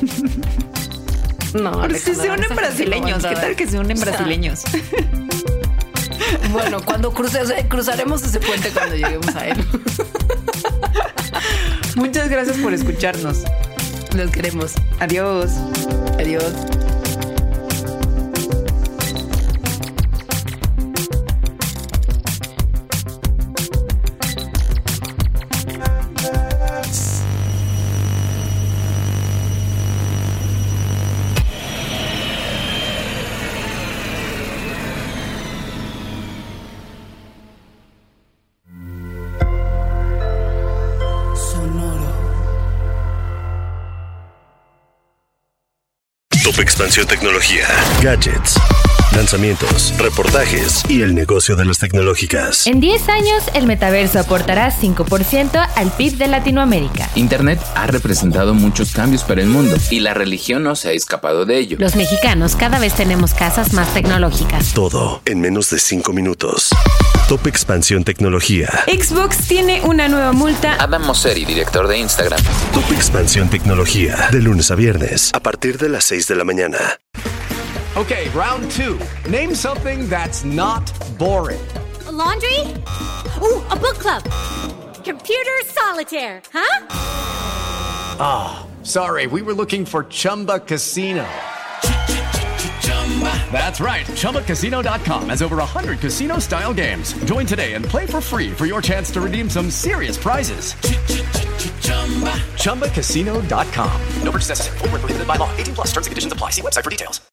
No, pero si se unen brasileños, ¿qué tal que se unen brasileños? Bueno, cuando cruzaremos ese puente cuando lleguemos a él. Muchas gracias por escucharnos. Los queremos. Adiós. Adiós. Top Expansión Tecnología, gadgets, lanzamientos, reportajes y el negocio de las tecnológicas. En 10 años, el metaverso aportará 5% al PIB de Latinoamérica. Internet ha representado muchos cambios para el mundo y la religión no se ha escapado de ello. Los mexicanos cada vez tenemos casas más tecnológicas. Todo en menos de 5 minutos. Top Expansión Tecnología. Xbox tiene una nueva multa. Adam Mosseri, director de Instagram. Top Expansión Tecnología. De lunes a viernes, a partir de las 6 de la mañana. Okay, round 2. Name something that's not boring. A laundry? Ooh, a book club. Computer solitaire, huh? Ah, sorry, we were looking for Chumba Casino. That's right, ChumbaCasino.com has over 100 casino-style games. Join today and play for free for your chance to redeem some serious prizes. ChumbaCasino.com. No purchase necessary. Void where prohibited by law. 18+ terms and conditions apply. See website for details.